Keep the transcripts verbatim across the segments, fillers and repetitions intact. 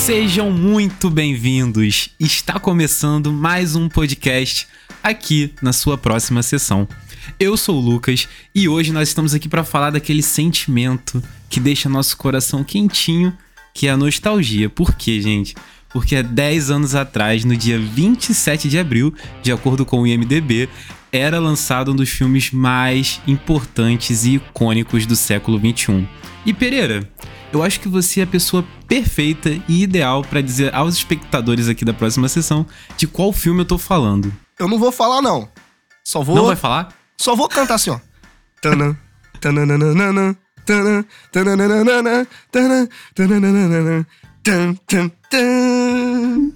Sejam muito bem-vindos! Está começando mais um podcast aqui na sua próxima sessão. Eu sou o Lucas e hoje nós estamos aqui para falar daquele sentimento que deixa nosso coração quentinho, que é a nostalgia. Por quê, gente? Porque há dez anos atrás, no dia vinte e sete de abril, de acordo com o I M D B, era lançado um dos filmes mais importantes e icônicos do século vinte e um. E Pereira, eu acho que você é a pessoa perfeita e ideal para dizer aos espectadores aqui da próxima sessão de qual filme eu tô falando. Eu não vou falar, não. Só vou... Não vai falar? Só vou cantar assim, ó. Tanã, tananana, tanã, tananana, tanã, tananana, tan, tan, tan.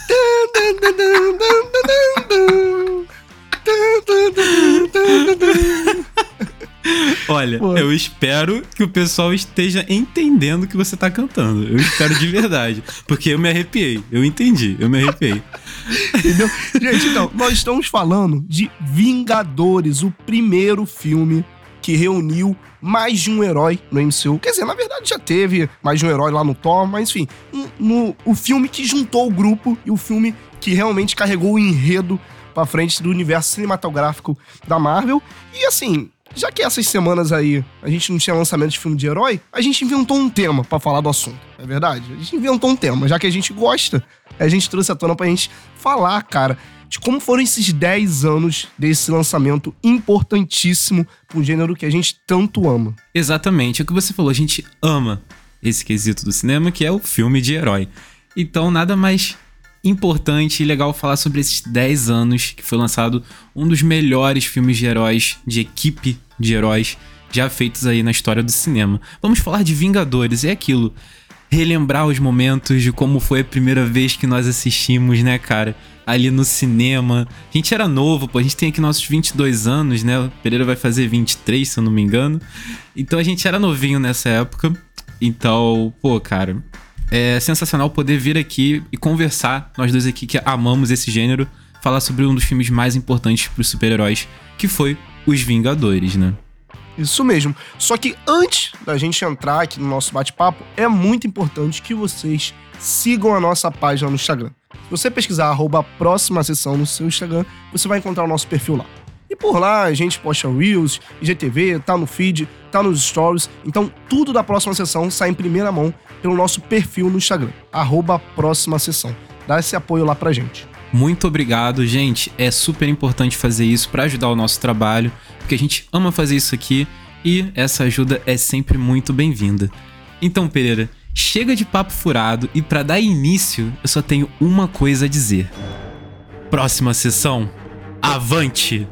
Olha, Pô. eu espero que o pessoal esteja entendendo o que você tá cantando. Eu espero de verdade. Porque eu me arrepiei. Eu entendi, eu me arrepiei. Entendeu? Gente, então, nós estamos falando de Vingadores, o primeiro filme que reuniu mais de um herói no M C U. Quer dizer, na verdade já teve mais de um herói lá no Thor, mas enfim, um, no, o filme que juntou o grupo e o filme que realmente carregou o enredo pra frente do universo cinematográfico da Marvel. E assim, já que essas semanas aí a gente não tinha lançamento de filme de herói, a gente inventou um tema pra falar do assunto, é verdade? A gente inventou um tema, já que a gente gosta, a gente trouxe à tona pra gente falar, cara, de como foram esses dez anos desse lançamento importantíssimo pro gênero que a gente tanto ama. Exatamente, é o que você falou, a gente ama esse quesito do cinema, que é o filme de herói. Então nada mais importante e legal falar sobre esses dez anos que foi lançado um dos melhores filmes de heróis, de equipe de heróis já feitos aí na história do cinema. Vamos falar de Vingadores, é aquilo, relembrar os momentos de como foi a primeira vez que nós assistimos, né, cara, ali no cinema. A gente era novo, pô, a gente tem aqui nossos vinte e dois anos, né, o Pereira vai fazer vinte e três, se eu não me engano, então a gente era novinho nessa época, então, pô, cara, é sensacional poder vir aqui e conversar, nós dois aqui que amamos esse gênero, falar sobre um dos filmes mais importantes pros super-heróis, que foi Os Vingadores, né? Isso mesmo. Só que antes da gente entrar aqui no nosso bate-papo, é muito importante que vocês sigam a nossa página no Instagram. Se você pesquisar arroba próxima sessão no seu Instagram, você vai encontrar o nosso perfil lá. E por lá a gente posta Reels, I G T V, tá no feed, tá nos stories. Então tudo da próxima sessão sai em primeira mão pelo nosso perfil no Instagram, arroba próxima sessão. Dá esse apoio lá pra gente. Muito obrigado, gente. É super importante fazer isso pra ajudar o nosso trabalho, porque a gente ama fazer isso aqui e essa ajuda é sempre muito bem-vinda. Então, Pereira, chega de papo furado e pra dar início, eu só tenho uma coisa a dizer. Próxima sessão, avante!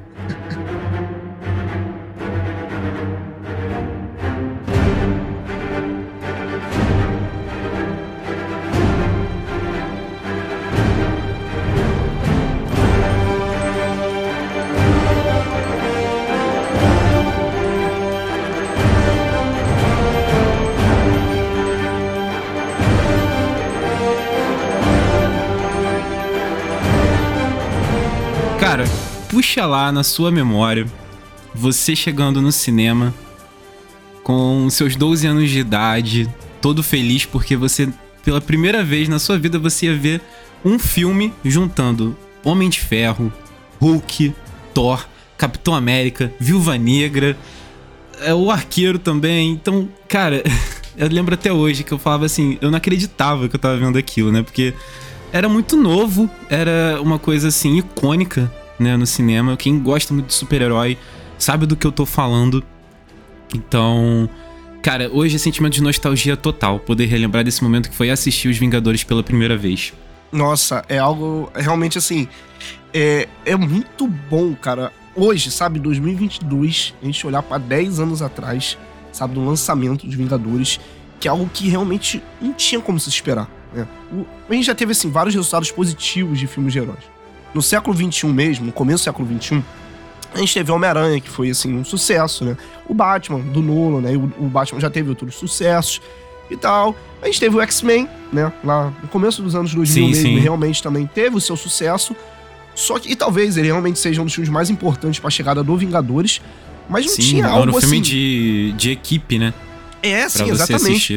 Cara, puxa lá na sua memória, você chegando no cinema com seus doze anos de idade, todo feliz porque você, pela primeira vez na sua vida, você ia ver um filme juntando Homem de Ferro, Hulk, Thor, Capitão América, Viúva Negra, o Arqueiro também. Então, cara, eu lembro até hoje que eu falava assim, eu não acreditava que eu tava vendo aquilo, né? Porque era muito novo, era uma coisa assim icônica, né, no cinema. Quem gosta muito de super-herói sabe do que eu tô falando. Então, cara, hoje é sentimento de nostalgia total poder relembrar desse momento que foi assistir Os Vingadores pela primeira vez. Nossa, é algo realmente assim, é, é muito bom, cara. Hoje, sabe, dois mil e vinte e dois, a gente olhar pra dez anos atrás, sabe, do lançamento dos Vingadores, que é algo que realmente não tinha como se esperar. É. O, a gente já teve, assim, vários resultados positivos de filmes de heróis. No século vinte e um mesmo, no começo do século vinte e um, a gente teve Homem-Aranha, que foi, assim, um sucesso, né? O Batman, do Nolan, né? O, o Batman já teve outros sucessos e tal. A gente teve o X-Men, né? Lá no começo dos anos dois mil sim, mesmo, sim. realmente também teve o seu sucesso. Só que, e talvez ele realmente seja um dos filmes mais importantes pra chegada do Vingadores, mas não sim, tinha algo assim... Sim, era um filme de, de equipe, né? É, sim, pra exatamente. Você assistir.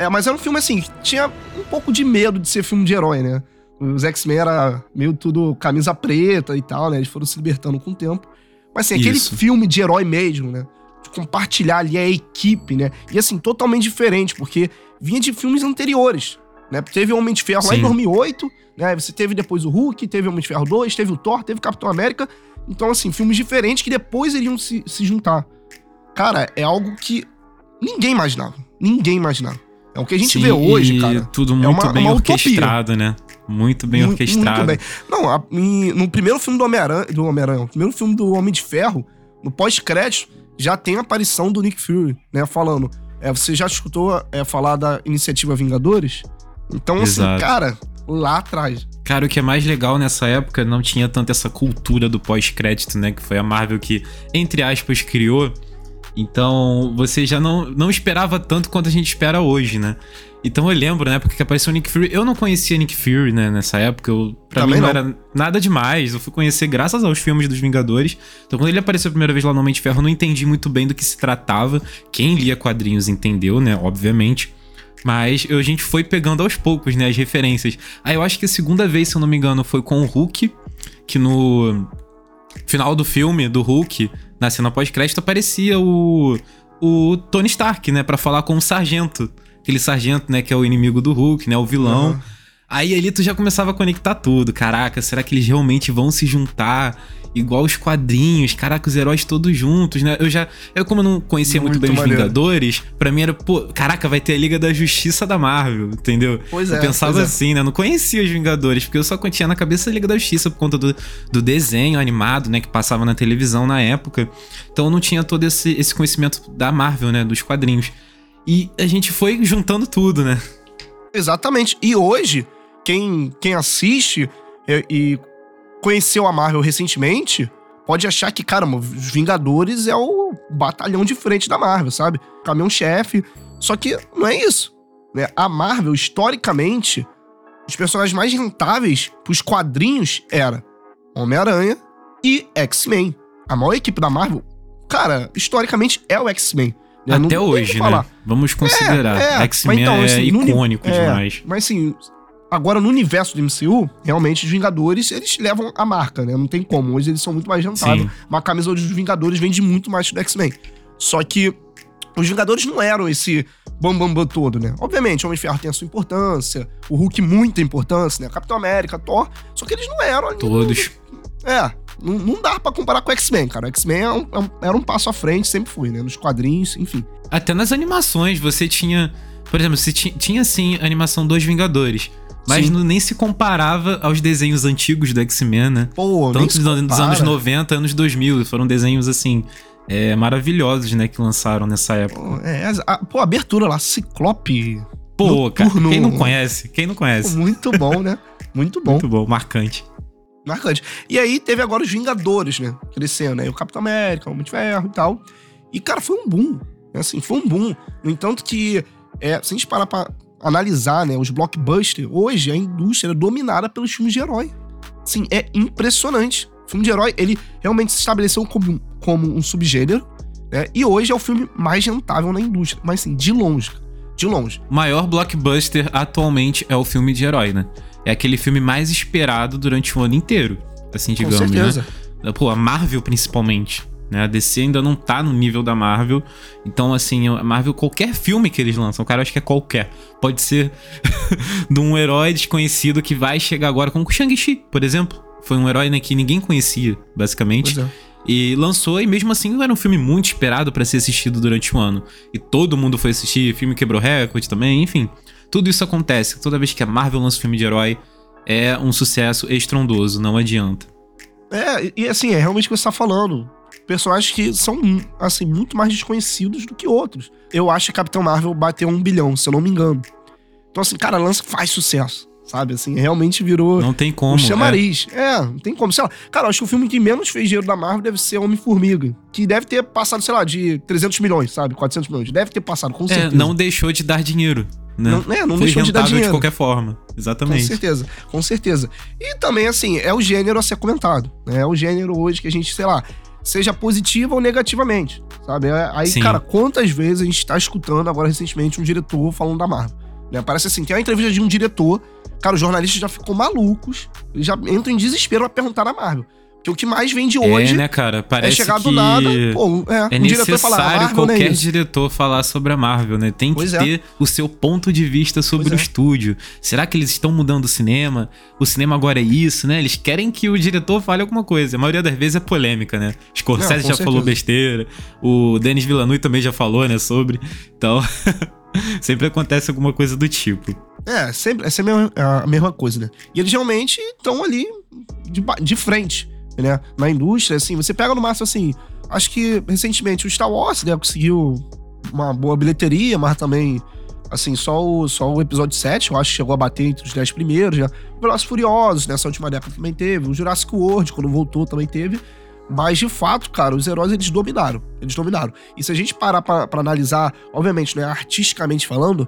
É, mas era um filme, assim, que tinha um pouco de medo de ser filme de herói, né? Os X-Men era meio tudo camisa preta e tal, né? Eles foram se libertando com o tempo. Mas, assim, aquele Isso. filme de herói mesmo, né? De compartilhar ali a equipe, né? E, assim, totalmente diferente, porque vinha de filmes anteriores, né? Teve o Homem de Ferro lá em Sim. dois mil e oito, né? Você teve depois o Hulk, teve o Homem de Ferro dois, teve o Thor, teve o Capitão América. Então, assim, filmes diferentes que depois iriam se, se juntar. Cara, é algo que ninguém imaginava. Ninguém imaginava. É o que a gente Sim, vê hoje, e cara. tudo muito é uma, bem uma orquestrado, né? Muito bem Mu- orquestrado. Muito bem. Não, a- em- no primeiro filme do Homem-Aranha, do Homem-Aranha, no primeiro filme do Homem de Ferro, no pós-crédito, já tem a aparição do Nick Fury, né? Falando. É, você já escutou é, falar da iniciativa Vingadores? Então, assim, Exato. cara, lá atrás. Cara, o que é mais legal nessa época, não tinha tanto essa cultura do pós-crédito, né? Que foi a Marvel que, entre aspas, criou. Então, você já não, não esperava tanto quanto a gente espera hoje, né? Então eu lembro, né, porque apareceu o Nick Fury. Eu não conhecia Nick Fury, né, nessa época. Eu, pra Também mim não, não. era nada demais. Eu fui conhecer graças aos filmes dos Vingadores. Então quando ele apareceu a primeira vez lá no Homem de Ferro, eu não entendi muito bem do que se tratava. Quem lia quadrinhos entendeu, né, obviamente. Mas eu- a gente foi pegando aos poucos, né, as referências. Aí eu acho que a segunda vez, se eu não me engano, foi com o Hulk, que no final do filme, do Hulk, na cena pós-crédito, aparecia o, o Tony Stark, né, pra falar com o sargento. Aquele sargento, né, que é o inimigo do Hulk, né, o vilão. Uhum. Aí ali tu já começava a conectar tudo. Caraca, será que eles realmente vão se juntar? Igual os quadrinhos, caraca, os heróis todos juntos, né? Eu já, eu como não conhecia muito, Muito bem os maneiro. Vingadores, pra mim era, pô, caraca, vai ter a Liga da Justiça da Marvel, entendeu? Pois eu é, pensava pois é. assim, né? Eu não conhecia os Vingadores, porque eu só tinha na cabeça a Liga da Justiça por conta do, do desenho animado, né? Que passava na televisão na época. Então eu não tinha todo esse, esse conhecimento da Marvel, né? Dos quadrinhos. E a gente foi juntando tudo, né? Exatamente. E hoje, quem, quem assiste e, e conheceu a Marvel recentemente, pode achar que, caramba, os Vingadores é o batalhão de frente da Marvel, sabe? Caminhão-chefe. Só que não é isso, né? A Marvel, historicamente, os personagens mais rentáveis pros quadrinhos era Homem-Aranha e X-Men. A maior equipe da Marvel, cara, historicamente é o X-Men. né? Não Até tem o que hoje, falar. né? Vamos considerar. É, é. X-Men Mas então, é assim, no uni- icônico é, demais. Mas assim, agora no universo do M C U, realmente os Vingadores, eles levam a marca, né? Não tem como. Hoje eles são muito mais rentáveis. Sim. Uma camisa dos Vingadores vende muito mais que do X-Men. Só que os Vingadores não eram esse bambambam bam, bam todo, né? Obviamente, o Homem de Ferro tem a sua importância, o Hulk muita importância, né? Capitão América, Thor, só que eles não eram ali. Todos. É, não, não dá pra comparar com o X-Men, cara. O X-Men é um- é um- era um passo à frente, sempre foi, né? Nos quadrinhos, enfim. Até nas animações, você tinha... Por exemplo, você ti- tinha, sim, a animação dos Vingadores. Mas Sim. não- nem se comparava aos desenhos antigos do X-Men, né? Pô, nem Tanto se dos, dos compara. anos noventa, anos dois mil. Foram desenhos, assim, é, maravilhosos, né? Que lançaram nessa época. Pô, é, a, pô, a abertura lá, Ciclope. Pô, cara, Noturno. quem não conhece? Quem não Pô, conhece? muito bom, né? Muito bom. Muito bom, marcante. Marcante. E aí teve agora os Vingadores, né? Crescendo, né? O Capitão América, o Homem de Ferro e tal. E, cara, foi um boom. Né? Assim, foi um boom. No entanto que, é, se a gente parar pra analisar, né? Os blockbusters, hoje a indústria é dominada pelos filmes de herói. Assim, é impressionante. O filme de herói, ele realmente se estabeleceu como, como um subgênero, né? E hoje é o filme mais rentável na indústria. Mas, assim, de longe. De longe. O maior blockbuster atualmente é o filme de herói, né? É aquele filme mais esperado durante o ano inteiro, assim, digamos, Com certeza. né? Pô, a Marvel principalmente, né? A D C ainda não tá no nível da Marvel. Então, assim, a Marvel, qualquer filme que eles lançam, cara, eu acho que é qualquer. Pode ser de um herói desconhecido que vai chegar agora, como o Shang-Chi, por exemplo. Foi um herói, né, que ninguém conhecia, basicamente. Pois é. E lançou, e mesmo assim era um filme muito esperado pra ser assistido durante o ano. E todo mundo foi assistir, o filme quebrou recorde também, enfim. Tudo isso acontece. Toda vez que a Marvel lança um filme de herói, é um sucesso estrondoso, não adianta. É, e assim, é realmente o que você tá falando. Personagens que são, assim, muito mais desconhecidos do que outros. Eu acho que Capitão Marvel bateu um bilhão, se eu não me engano. Então, assim, cara, lança faz sucesso, sabe? Assim, realmente virou Não tem como. um chamariz. É. é, não tem como. Sei lá, cara, eu acho que o filme que menos fez dinheiro da Marvel deve ser Homem-Formiga. Que deve ter passado, sei lá, de trezentos milhões, sabe? quatrocentos milhões. Deve ter passado, com É, certeza. é, não deixou de dar dinheiro, né? Não, é, não Foi deixou de dar rentável dinheiro. de qualquer forma. Com Exatamente. certeza, com certeza. E também, assim, é o gênero a ser comentado. Né? É o gênero hoje que a gente, sei lá, seja positiva ou negativamente, sabe? Aí, Sim. cara, quantas vezes a gente tá escutando agora recentemente um diretor falando da Marvel, né? Parece assim, tem uma entrevista de um diretor, cara, os jornalistas já ficam malucos, eles já entram em desespero pra perguntar da Marvel. Porque o que mais vem de hoje é, né, cara? Parece é chegar que do nada, pô, é, é um diretor falar, necessário Marvel não é qualquer isso. diretor falar sobre a Marvel, né? Tem Pois que é. ter o seu ponto de vista sobre Pois o é. estúdio. Será que eles estão mudando o cinema? O cinema agora é isso, né? Eles querem que o diretor fale alguma coisa. A maioria das vezes é polêmica, né? Scorsese Não, com já certeza. falou besteira, o Denis Villeneuve também já falou, né, sobre. Então, sempre acontece alguma coisa do tipo. É, sempre, é sempre a mesma- a mesma coisa, né? E eles realmente estão ali de, ba- de frente, né? Na indústria, assim, você pega no máximo, assim, acho que recentemente o Star Wars, né, conseguiu uma boa bilheteria, mas também, assim, só o, só o episódio sete, eu acho que chegou a bater entre os dez primeiros, né? O Velozes e Furiosos, nessa última década também teve, o Jurassic World, quando voltou, também teve. Mas, de fato, cara, os heróis, eles dominaram. Eles dominaram. E se a gente parar pra, pra analisar, obviamente, né, artisticamente falando,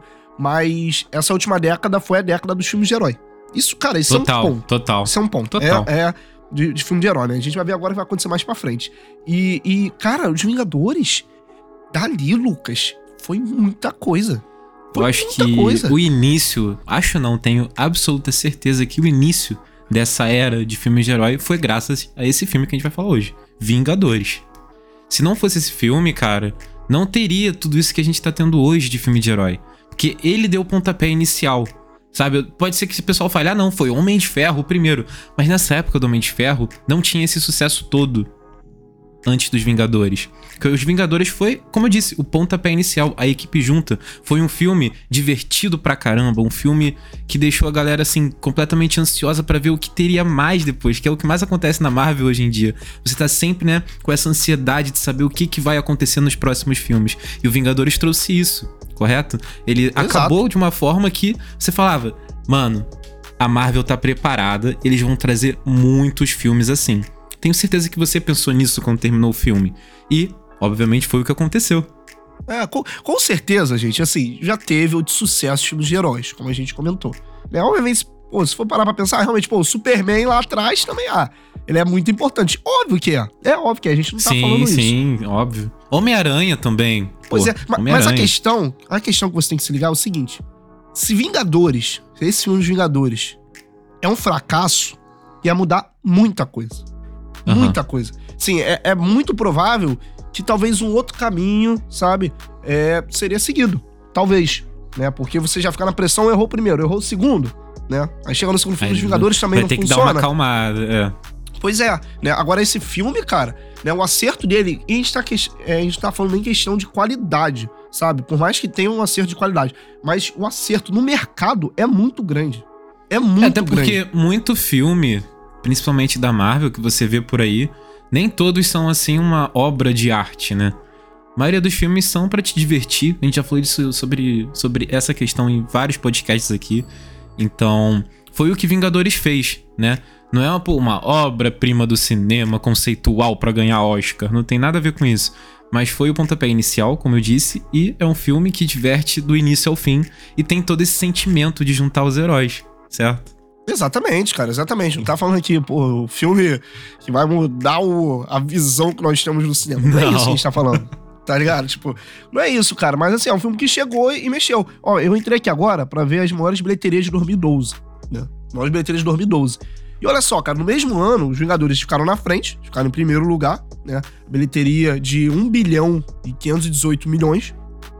mas essa última década foi a década dos filmes de herói. Isso, cara, isso Total, é um ponto. total. Isso é um ponto. Total. É, é de, de filme de herói, né? A gente vai ver agora o que vai acontecer mais pra frente. E, e, cara, os Vingadores, dali, Lucas, foi muita coisa. Foi Eu acho muita que coisa. o início, acho não, tenho absoluta certeza que o início dessa era de filmes de herói foi graças a esse filme que a gente vai falar hoje, Vingadores. Se não fosse esse filme, cara, não teria tudo isso que a gente tá tendo hoje de filme de herói. Porque ele deu o pontapé inicial, sabe? Pode ser que esse pessoal fale, ah não, foi Homem de Ferro o primeiro. Mas nessa época do Homem de Ferro, não tinha esse sucesso todo antes dos Vingadores. Porque os Vingadores foi, como eu disse, o pontapé inicial, a equipe junta. Foi um filme divertido pra caramba, um filme que deixou a galera, assim, completamente ansiosa pra ver o que teria mais depois, que é o que mais acontece na Marvel hoje em dia. Você tá sempre, né, com essa ansiedade de saber o que, que vai acontecer nos próximos filmes. E o Vingadores trouxe isso, correto? Ele Exato. acabou de uma forma que você falava, mano, a Marvel tá preparada, eles vão trazer muitos filmes assim. Tenho certeza que você pensou nisso quando terminou o filme. E, obviamente, foi o que aconteceu. É, com, com certeza, gente, assim, já teve o de sucesso filmes de heróis, como a gente comentou. Né? Obviamente, pô, se for parar pra pensar, realmente, pô, o Superman lá atrás também, ah, ele é muito importante. Óbvio que é. É óbvio que é, a gente não tá sim, falando isso. sim, óbvio. Homem-Aranha também. Pois Pô, é, ma- mas a Homem-Aranha. questão, a questão que você tem que se ligar é o seguinte: se Vingadores, se esse filme dos Vingadores é um fracasso, ia mudar muita coisa. Aham. Muita coisa. Sim, é, é muito provável que talvez um outro caminho, sabe, é, seria seguido. Talvez, né? Porque você já fica na pressão, errou o primeiro, errou o segundo, né? Aí chega no segundo filme Aí dos Vingadores também vai não ter que funciona. dar uma acalmada, é. Pois é, né? Agora esse filme, cara, né, o acerto dele, e a gente, tá, que- é, a gente tá falando em questão de qualidade, sabe? Por mais que tenha um acerto de qualidade, mas o acerto no mercado é muito grande. É muito Até grande. porque muito filme, principalmente da Marvel, que você vê por aí, nem todos são, assim, uma obra de arte, né? A maioria dos filmes são pra te divertir. A gente já falou disso sobre, sobre essa questão em vários podcasts aqui. Então, foi o que Vingadores fez, né? Não é uma, pô, uma obra-prima do cinema conceitual pra ganhar Oscar. Não tem nada a ver com isso. Mas foi o pontapé inicial, como eu disse, e é um filme que diverte do início ao fim e tem todo esse sentimento de juntar os heróis, certo? Exatamente, cara, exatamente. Não tá falando aqui, pô, o filme que vai mudar o, a visão que nós temos no cinema. Não, é Não. isso que a gente tá falando. Tá ligado? Tipo, não é isso, cara. Mas assim, é um filme que chegou e mexeu. Ó, eu entrei aqui agora pra ver as maiores bilheterias de dois mil e doze, né? Maiores bilheterias de dois mil e doze. E olha só, cara, no mesmo ano, os Vingadores ficaram na frente, ficaram em primeiro lugar, né? Bilheteria de um bilhão e quinhentos e dezoito milhões.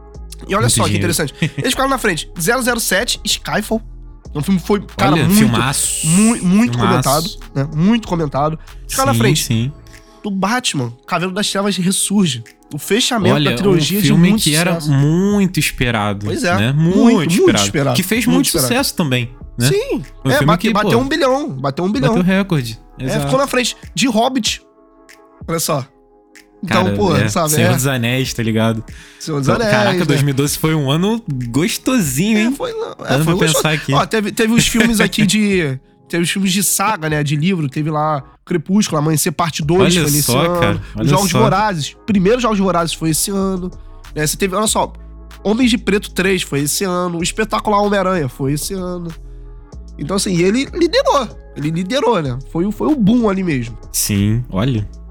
E olha Muito só que dinheiro. interessante. Eles ficaram na frente. zero zero sete, Skyfall. Um filme que foi, cara, Olha, muito, filmaço. mu- muito Filmaço. comentado, né? Muito comentado. Ficaram na Sim, frente sim. do Batman, Cavaleiro das Trevas ressurge. O fechamento Olha, da trilogia um de filme muito que era sucesso. muito esperado. Pois é, né? muito, Muito, muito esperado. esperado, Que fez muito muito, esperado. sucesso também, né? Sim, Um é, filme bate- que, pô, bateu um bilhão, bateu um bilhão. Bateu recorde. É, Exato. ficou na frente de Hobbit. Olha só. Então, Cara, pô, é, sabe? Senhor É, dos Anéis, tá ligado? Senhor dos Então, Anéis, Caraca, né? dois mil e doze foi um ano gostosinho, É, hein? foi, não, é, Dando foi pra gostoso. pensar aqui. Ó, teve, teve os filmes aqui de... Teve os filmes de saga, né? De livro. Teve lá Crepúsculo, Amanhecer Parte dois, Olha foi nesse só, ano. cara, olha Os Jogos só. Vorazes. Primeiro Jogos Vorazes foi esse ano. Né? Você teve, olha só, Homens de Preto três foi esse ano. O Espetacular Homem-Aranha foi esse ano. Então, assim, ele liderou. Ele liderou, né? Foi, o- foi o boom ali mesmo. Sim, olha.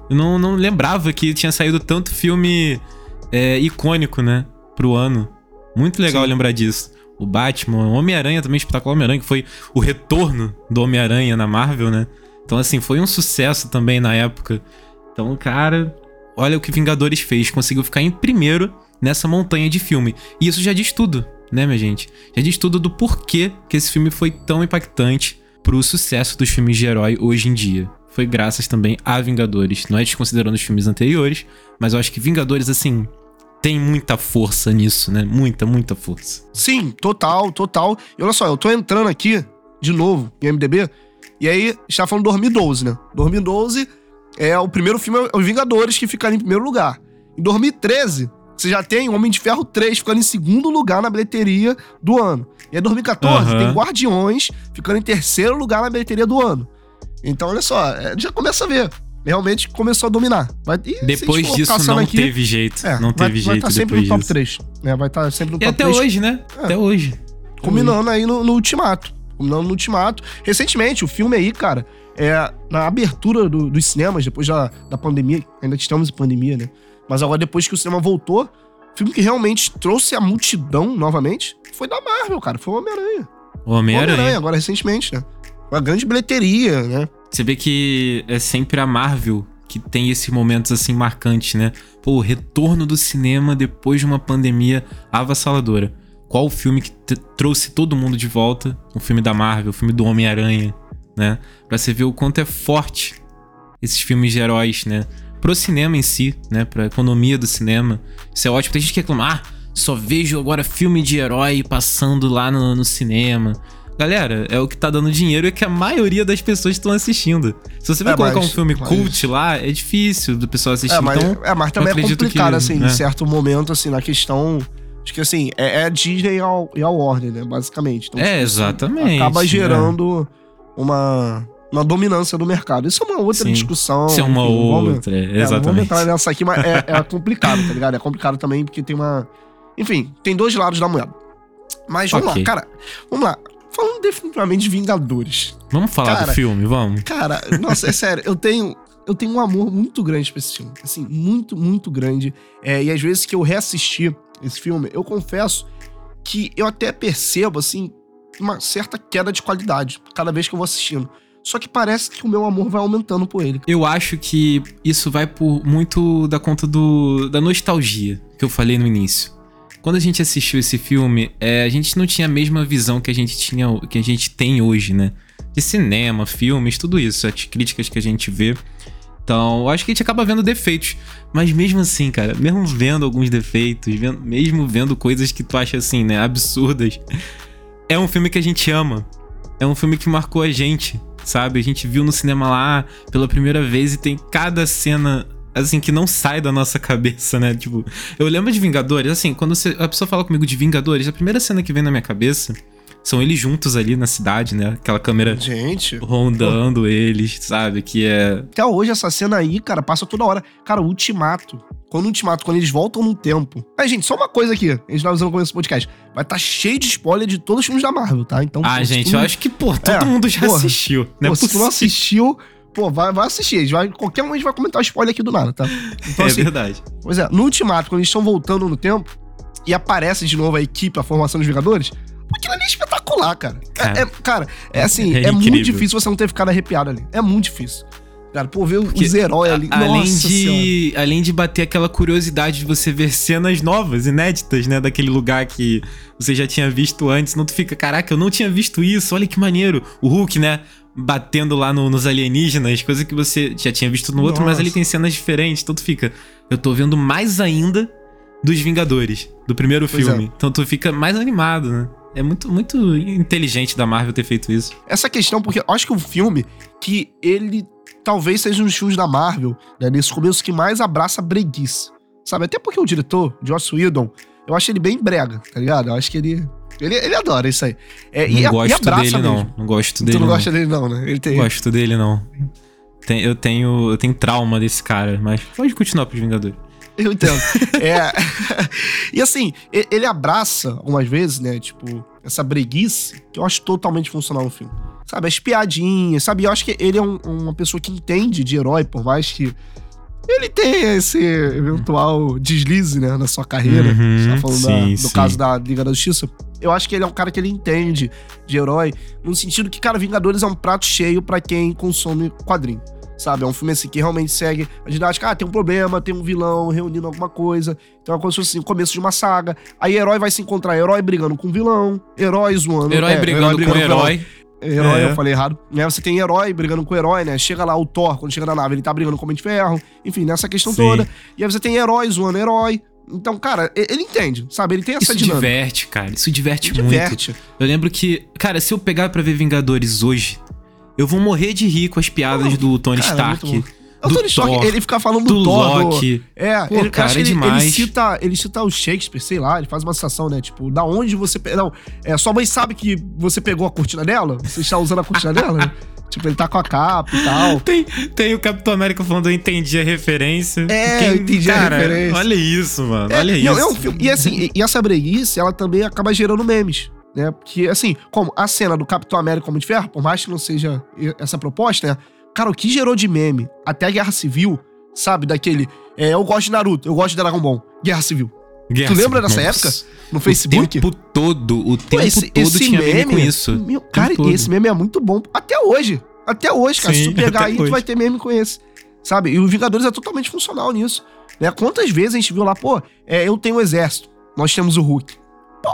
Eu não, não lembrava que tinha saído tanto filme é, icônico, né? Pro ano. Muito legal Sim. lembrar disso. O Batman, o Homem-Aranha também, espetacular Homem-Aranha, que foi o retorno do Homem-Aranha na Marvel, né? Então, assim, foi um sucesso também na época. Então, cara, olha o que Vingadores fez. Conseguiu ficar em primeiro nessa montanha de filme. E isso já diz tudo, né, minha gente? Já diz tudo do porquê que esse filme foi tão impactante pro sucesso dos filmes de herói hoje em dia. Foi graças também a Vingadores. Não é desconsiderando os filmes anteriores, mas eu acho que Vingadores, assim, tem muita força nisso, né? Muita, muita força. Sim, total, total. E olha só, eu tô entrando aqui, de novo, em I M D B, e aí, a gente tá falando de dois mil e doze, né? dois mil e doze é o primeiro filme, é os Vingadores, que ficaram em primeiro lugar. Em dois mil e treze, você já tem Homem de Ferro três ficando em segundo lugar na bilheteria do ano. E aí, em dois mil e quatorze, uhum. tem Guardiões ficando em terceiro lugar na bilheteria do ano. Então, olha só, já começa a ver. Realmente começou a dominar. Vai, depois disso não aqui, teve jeito. É, não teve vai, jeito vai estar tá sempre no top três. Né? Vai estar tá sempre no top três. E até três. hoje, né? É. Até hoje. Combinando aí no, no Ultimato. Combinando no Ultimato. Recentemente, o filme aí, cara, é, na abertura do, dos cinemas, depois da, da pandemia, ainda estamos em pandemia, né? Mas agora, depois que o cinema voltou, o filme que realmente trouxe a multidão novamente foi da Marvel, cara. Foi o Homem-Aranha. O Homem-Aranha. Homem-Aranha, agora recentemente, né? Uma grande bilheteria, né? Você vê que é sempre a Marvel que tem esses momentos assim marcantes, né? Pô, o retorno do cinema depois de uma pandemia avassaladora. Qual o filme que t- trouxe todo mundo de volta? O filme da Marvel, o filme do Homem-Aranha, né? Pra você ver o quanto é forte esses filmes de heróis, né? Pro cinema em si, né? Pra economia do cinema. Isso é ótimo. Tem gente que reclama, ah, só vejo agora filme de herói passando lá no, no cinema. Galera, é o que tá dando dinheiro e é que a maioria das pessoas estão assistindo. Se você vai é, colocar mas, um filme mas... cult lá, é difícil do pessoal assistir. É, mas, então, é, mas também é complicado, que, assim, né? Em certo momento, assim, na questão... Acho que, assim, é, é a Disney e a, e a Warner, né, basicamente. Então, é, tipo, exatamente. Acaba gerando né? uma, uma dominância do mercado. Isso é uma outra Sim. discussão. Isso é uma enfim, outra, vamos, exatamente. É, não vamos entrar nessa aqui, mas é, é complicado, tá ligado? É complicado também porque tem uma... Enfim, tem dois lados da moeda. Mas vamos okay. lá, cara. Vamos lá. Falando definitivamente de Vingadores. Vamos falar cara, do filme, vamos? Cara, nossa, é sério, eu tenho, eu tenho um amor muito grande pra esse filme. Assim, muito, muito grande. É, e às vezes que eu reassisti esse filme, eu confesso que eu até percebo, assim, uma certa queda de qualidade cada vez que eu vou assistindo. Só que parece que o meu amor vai aumentando por ele. Eu acho que isso vai por muito da conta do, da nostalgia que eu falei no início. Quando a gente assistiu esse filme, é, a gente não tinha a mesma visão que a gente tinha, que a gente tem hoje, né? De cinema, filmes, tudo isso, as críticas que a gente vê. Então, eu acho que a gente acaba vendo defeitos. Mas mesmo assim, cara, mesmo vendo alguns defeitos, vendo, mesmo vendo coisas que tu acha assim, né, absurdas, é um filme que a gente ama. É um filme que marcou a gente, sabe? A gente viu no cinema lá pela primeira vez e tem cada cena... assim, que não sai da nossa cabeça, né? Tipo, eu lembro de Vingadores, assim, quando você, a pessoa fala comigo de Vingadores, a primeira cena que vem na minha cabeça são eles juntos ali na cidade, né? Aquela câmera Gente, rondando pô. eles, sabe? Que é... Até hoje essa cena aí, cara, passa toda hora. Cara, o Ultimato. Quando o Ultimato, quando eles voltam no tempo... Aí, gente, só uma coisa aqui. A gente tá usando no começo do podcast. Vai estar tá cheio de spoiler de todos os filmes da Marvel, tá? Então... Ah, gente, eu acho que, pô, todo é, mundo já porra, assistiu. Não pô, é se tu não assistiu... Pô, vai, vai assistir. A gente vai, qualquer um a gente vai comentar o spoiler aqui do nada, tá? Então, é assim, verdade. Pois é, no Ultimato, quando eles estão voltando no tempo e aparece de novo a equipe, a formação dos Vingadores, aquilo ali é espetacular, cara. Cara, é, é, cara, é assim, é, é muito difícil você não ter ficado arrepiado ali. É muito difícil. Cara, pô, ver Porque os heróis ali. A, além, Nossa de, além de bater aquela curiosidade de você ver cenas novas, inéditas, né? Daquele lugar que você já tinha visto antes. Não tu fica, caraca, eu não tinha visto isso, olha que maneiro. O Hulk, né? Batendo lá no, nos alienígenas, coisa que você já tinha visto no outro, Nossa. Mas ali tem cenas diferentes. Então tu fica, eu tô vendo mais ainda dos Vingadores, do primeiro pois filme. É. Então tu fica mais animado, né? É muito, muito inteligente da Marvel ter feito isso. Essa questão, porque eu acho que o filme que ele talvez seja um dos filmes da Marvel, né, nesse começo, que mais abraça a breguice. Sabe? Até porque o diretor, Joss Whedon, eu acho ele bem brega, tá ligado? Eu acho que ele... Ele, ele adora isso aí. É, não e, gosto e abraça dele, mesmo. não. Não gosto dele, Tu não, não gosta dele, não, né? Ele tem... Gosto dele, não. Tem, eu, tenho, eu tenho trauma desse cara, mas pode continuar pros Vingadores. Eu entendo. é... E assim, ele abraça, algumas vezes, né, tipo, essa breguice, que eu acho totalmente funcional no filme. Sabe, as piadinhas, sabe? Eu acho que ele é um, uma pessoa que entende de herói, por mais que ele tem esse eventual deslize, né, na sua carreira. Uhum, Você tá falando sim, da, do sim. caso da Liga da Justiça. Eu acho que ele é um cara que ele entende de herói, no sentido que, cara, Vingadores é um prato cheio pra quem consome quadrinho. Sabe, é um filme assim que realmente segue a didática. Ah, tem um problema, tem um vilão reunindo alguma coisa. Então é como se fosse assim, o começo de uma saga. Aí herói vai se encontrar, herói brigando com vilão, herói zoando. Herói é, brigando herói brigando com herói. Herói, É. eu falei errado. Né, você tem herói brigando com herói, né? Chega lá o Thor, quando chega na nave, ele tá brigando com o Homem de Ferro. Enfim, nessa questão Sim. toda. E aí você tem herói zoando herói. Então, cara, e- ele entende, sabe? Ele tem essa Isso dinâmica. diverte, cara. Isso diverte Ele muito. diverte. Eu lembro que, cara, se eu pegar pra ver Vingadores hoje, eu vou morrer de rir com as piadas Não, do Tony cara, Stark. muito bom. O Do Tony Stark, Thor, ele fica falando do, do Thor. do- Loki. É, Pô, ele, cara, acho que é ele, demais. ele cita, ele cita o Shakespeare, sei lá, ele faz uma citação, né? Tipo, da onde você. pe- Não, é, sua mãe sabe que você pegou a cortina dela? Você está usando a cortina dela? Né? Tipo, ele tá com a capa e tal. Tem, tem o Capitão América falando, eu entendi a referência. É, eu entendi a cara, referência. Olha isso, mano. É, olha não, isso. é um filme. E assim, e, e essa breguice, ela também acaba gerando memes, né? Porque, assim, como a cena do Capitão América Homem de Ferro, por mais que não seja essa proposta, né? Cara, o que gerou de meme até a Guerra Civil, sabe? Daquele, é, eu gosto de Naruto, eu gosto de Dragon Ball. Guerra Civil. Guerra Tu lembra Civil, dessa nossa. época? No Facebook? O tempo todo, o Pô, tempo esse, todo esse tinha meme, com meme, isso. meu, O tempo cara, todo. esse meme é muito bom. Até hoje. Até hoje, cara. Sim, Se tu pegar até aí, hoje. tu vai ter meme com esse. Sabe? E o Vingadores é totalmente funcional nisso. Né? Quantas vezes a gente viu lá, pô, é, eu tenho o exército, nós temos o Hulk. Pô,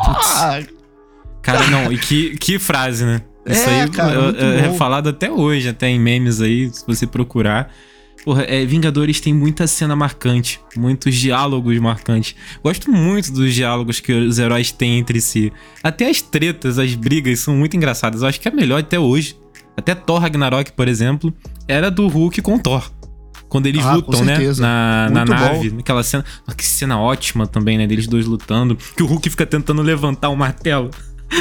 Cara, não, e que, que frase, né? Isso É, aí cara, é- muito é, bom. falado até hoje, até em memes aí, se você procurar. Porra, é, Vingadores tem muita cena marcante, muitos diálogos marcantes. Gosto muito dos diálogos que os heróis têm entre si. Até as tretas, as brigas são muito engraçadas. Eu acho que é melhor até hoje. Até Thor Ragnarok, por exemplo, era do Hulk com Thor. Quando eles Ah, com lutam, né? certeza. Na, na Muito bom. nave, naquela cena. Ah, que cena ótima também, né? Deles dois lutando. Que o Hulk fica tentando levantar o martelo.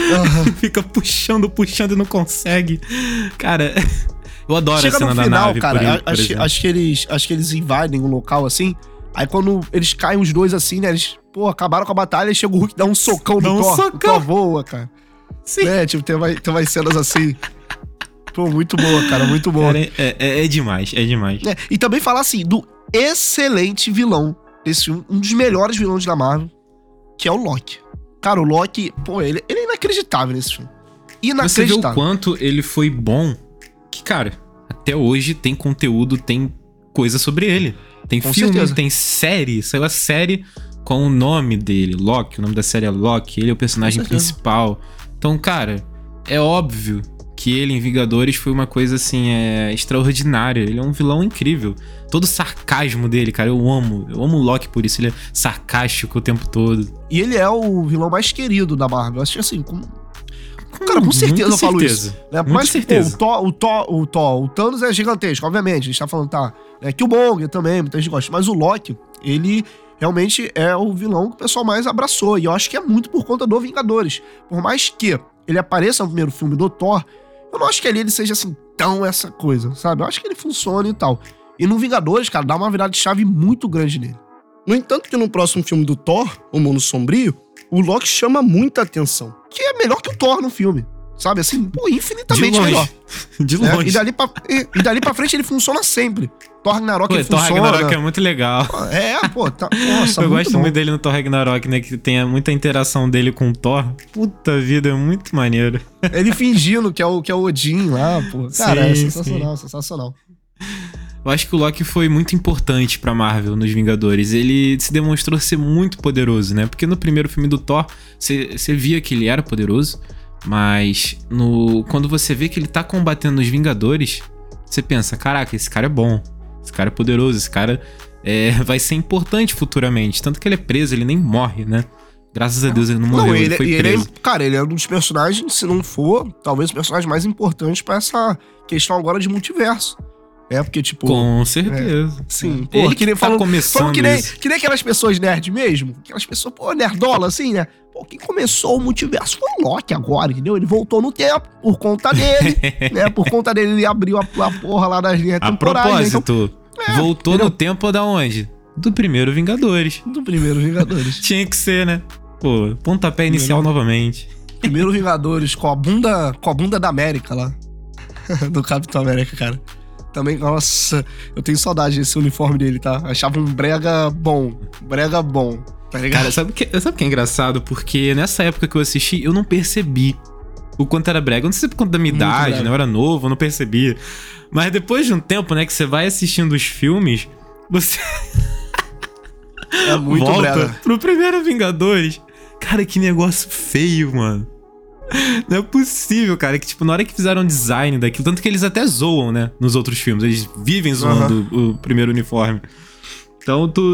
Fica puxando, puxando e não consegue. Cara, eu adoro Chega a cena no da final, nave, cara, por, a- por acho, exemplo. acho que eles, acho que eles invadem um local assim. Aí quando eles caem os dois assim, né? Eles, pô, acabaram com a batalha e chega o Hulk e dá um socão Dá no um Thor. socão. O Thor voa, cara. Sim. Né? Tipo, tem, vai, tem umas cenas assim. Pô, muito boa, cara, muito boa. Cara, é, é- é demais, é demais. É, e também falar assim, do excelente vilão desse filme, um dos melhores vilões da Marvel, que é o Loki. Cara, o Loki, pô, ele, ele é inacreditável nesse filme. Você vê o Inacreditável. quanto ele foi bom, que, cara, até hoje tem conteúdo, tem coisa sobre ele. Tem Com filme, certeza. tem série, saiu a série com o nome dele, Loki, o nome da série é Loki, ele é o personagem Com certeza. principal. Então, cara, é óbvio que ele em Vingadores foi uma coisa, assim, é, extraordinária. Ele é um vilão incrível. Todo o sarcasmo dele, cara, eu amo. Eu amo o Loki por isso, ele é sarcástico o tempo todo. E ele é o vilão mais querido da Marvel. Acho que assim, com... Cara, com certeza Muita eu falo certeza. isso. Né? Muita Mas, certeza. Pô, o, Thor, o, Thor, o Thor, o Thanos é gigantesco, obviamente. A gente tá falando, tá. Né? Que o Bong também, muita gente gosta. Mas o Loki, ele realmente é o vilão que o pessoal mais abraçou. E eu acho que é muito por conta do Vingadores. Por mais que ele apareça no primeiro filme do Thor, eu não acho que ali ele seja assim tão essa coisa, sabe? Eu acho que ele funciona e tal. E no Vingadores, cara, dá uma virada de chave muito grande nele. No entanto que no próximo filme do Thor, O Mundo Sombrio, o Loki chama muita atenção. Que é melhor que o Thor no filme. Sabe, assim, pô, infinitamente De longe. melhor. De né? longe. E, dali pra, e, e dali pra frente ele funciona sempre. Thor Ragnarok Pô, ele Thor funciona. Ragnarok é muito legal. É, pô, tá, nossa, Eu muito gosto bom. muito dele no Thor Ragnarok, né? Que tem muita interação dele com o Thor. Puta vida, é muito maneiro. Ele fingindo que é o, que é o Odin lá, pô. Cara, Sim, é sensacional, sensacional. Eu acho que o Loki foi muito importante pra Marvel nos Vingadores. Ele se demonstrou ser muito poderoso, né? Porque no primeiro filme do Thor, você via que ele era poderoso, mas no quando você vê que ele tá combatendo os Vingadores, você pensa, caraca, esse cara é bom, esse cara é poderoso, esse cara é, vai ser importante futuramente. Tanto que ele é preso, ele nem morre, né? Graças a Deus ele não morreu, Não, ele, ele, foi e ele é, preso. cara, ele é um dos personagens, se não for, talvez o personagem mais importante pra essa questão agora de multiverso. É, porque, tipo... Com certeza. Sim, Ele pô, que que nem tá falando, começando falando que nem, isso. que nem aquelas pessoas nerd mesmo, aquelas pessoas, pô, nerdola, assim, né? Pô, quem começou o multiverso foi o Loki agora, entendeu? Ele voltou no tempo, por conta dele, né? Por conta dele, ele abriu a, a porra lá das linhas A temporais, né? Então, propósito, é, voltou entendeu? no tempo da onde? Do primeiro Vingadores. do primeiro Vingadores. Tinha que ser, né? Pô, pontapé inicial novamente. Primeiro Vingadores com a bunda, com a bunda da América lá. Do Capitão América, cara. Também, nossa, eu tenho saudade desse uniforme dele, tá? Achava um brega bom, brega bom, tá ligado? Cara, sabe o que, sabe o que é engraçado? Porque nessa época que eu assisti, eu não percebi o quanto era brega. Eu não sei por conta da minha Muito idade, brega. né? Eu era novo, eu não percebia. Mas depois de um tempo, né, que você vai assistindo os filmes, você É muito volta brega. pro primeiro Vingadores. Cara, que negócio feio, mano. Não é possível, cara, que tipo, na hora que fizeram o design daquilo, tanto que eles até zoam, né, nos outros filmes, eles vivem zoando uhum. o, o primeiro uniforme. Então, tu...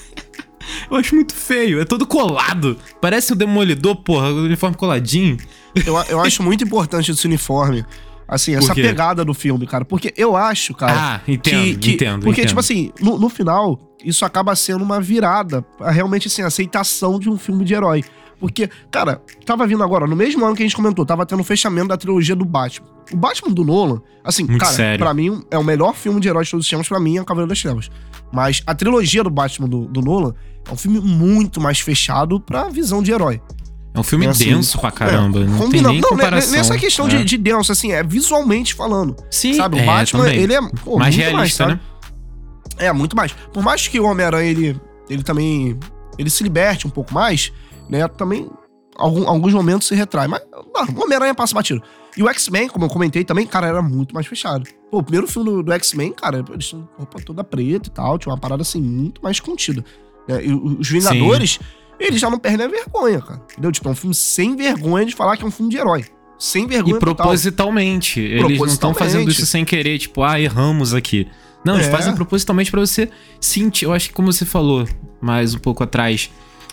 eu acho muito feio, é todo colado, parece o Demolidor, porra, o uniforme coladinho. Eu, eu acho muito importante esse uniforme, assim, essa pegada do filme, cara, porque eu acho, cara... Ah, entendo, que, que, entendo, Porque, entendo. tipo assim, no, no final, isso acaba sendo uma virada, realmente, assim, a aceitação de um filme de herói. Porque, cara, tava vindo agora, no mesmo ano que a gente comentou, tava tendo o fechamento da trilogia do Batman. O Batman do Nolan, assim, Muito cara, sério. Pra mim, é o melhor filme de heróis de todos os tempos, pra mim, é o Cavaleiro das Trevas. Mas a trilogia do Batman do, do Nolan é um filme muito mais fechado pra visão de herói. É um filme é assim, denso pra caramba, é, não combina, tem nem não, comparação. Nessa questão é. de, de denso, assim, é visualmente falando. Sim, sabe? O é, Batman, também. ele é pô, mais muito realista, mais, né? É, muito mais. Por mais que o Homem-Aranha, ele, ele também, ele se liberte um pouco mais, né, também... Algum, alguns momentos se retrai, mas não, o Homem-Aranha passa batido. E o X-Men, como eu comentei também, cara, era muito mais fechado. Pô, o primeiro filme do, do X-Men, cara, eles tinham roupa toda preta e tal, tinha uma parada assim, muito mais contida. É, e os Vingadores, Sim. eles já não perdem a vergonha, cara. Entendeu? Tipo, é um filme sem vergonha de falar que é um filme de herói. Sem vergonha E propositalmente. Total. Eles propositalmente. Não estão fazendo isso sem querer, tipo, ah, erramos aqui. Não, é. Eles fazem propositalmente pra você sentir. Eu acho que, como você falou mais um pouco atrás,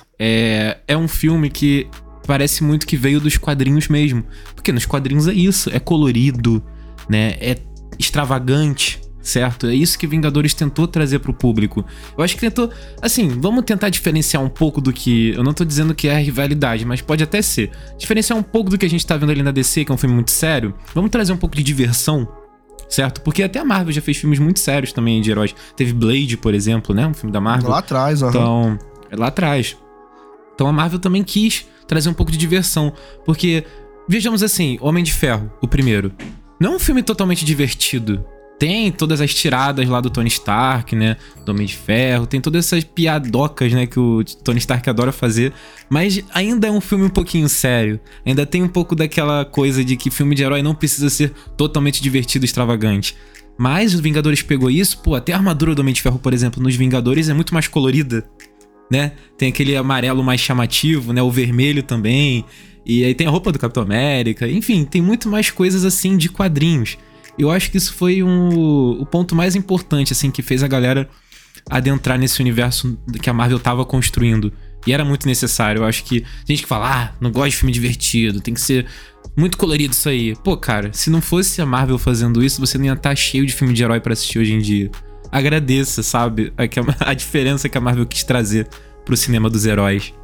é, é um filme que parece muito que veio dos quadrinhos mesmo. Porque nos quadrinhos é isso, é colorido, né? É extravagante, certo? É isso que Vingadores tentou trazer pro público. Eu acho que tentou... Assim, vamos tentar diferenciar um pouco do que... Eu não tô dizendo que é a rivalidade, mas pode até ser. Diferenciar um pouco do que a gente tá vendo ali na D C, que é um filme muito sério. Vamos trazer um pouco de diversão, certo? Porque até a Marvel já fez filmes muito sérios também de heróis. Teve Blade, por exemplo, né? Um filme da Marvel. Lá atrás, aham. Então, é lá atrás. Então a Marvel também quis trazer um pouco de diversão. Porque, vejamos assim, Homem de Ferro, o primeiro. Não é um filme totalmente divertido. Tem todas as tiradas lá do Tony Stark, né? Do Homem de Ferro. Tem todas essas piadocas, né? Que o Tony Stark adora fazer. Mas ainda é um filme um pouquinho sério. Ainda tem um pouco daquela coisa de que filme de herói não precisa ser totalmente divertido e extravagante. Mas os Vingadores pegou isso. Pô, até a armadura do Homem de Ferro, por exemplo, nos Vingadores é muito mais colorida, né? Tem aquele amarelo mais chamativo, né? O vermelho também. E aí tem a roupa do Capitão América. Enfim, tem muito mais coisas assim de quadrinhos. Eu acho que isso foi um, o ponto mais importante, assim, que fez a galera adentrar nesse universo que a Marvel tava construindo. E era muito necessário. Eu acho que tem gente que fala, ah, não gosto de filme divertido, tem que ser muito colorido isso aí. Pô, cara, se não fosse a Marvel fazendo isso, você não ia estar cheio de filme de herói pra assistir hoje em dia. Agradeça, sabe? A, a diferença que a Marvel quis trazer pro cinema dos heróis.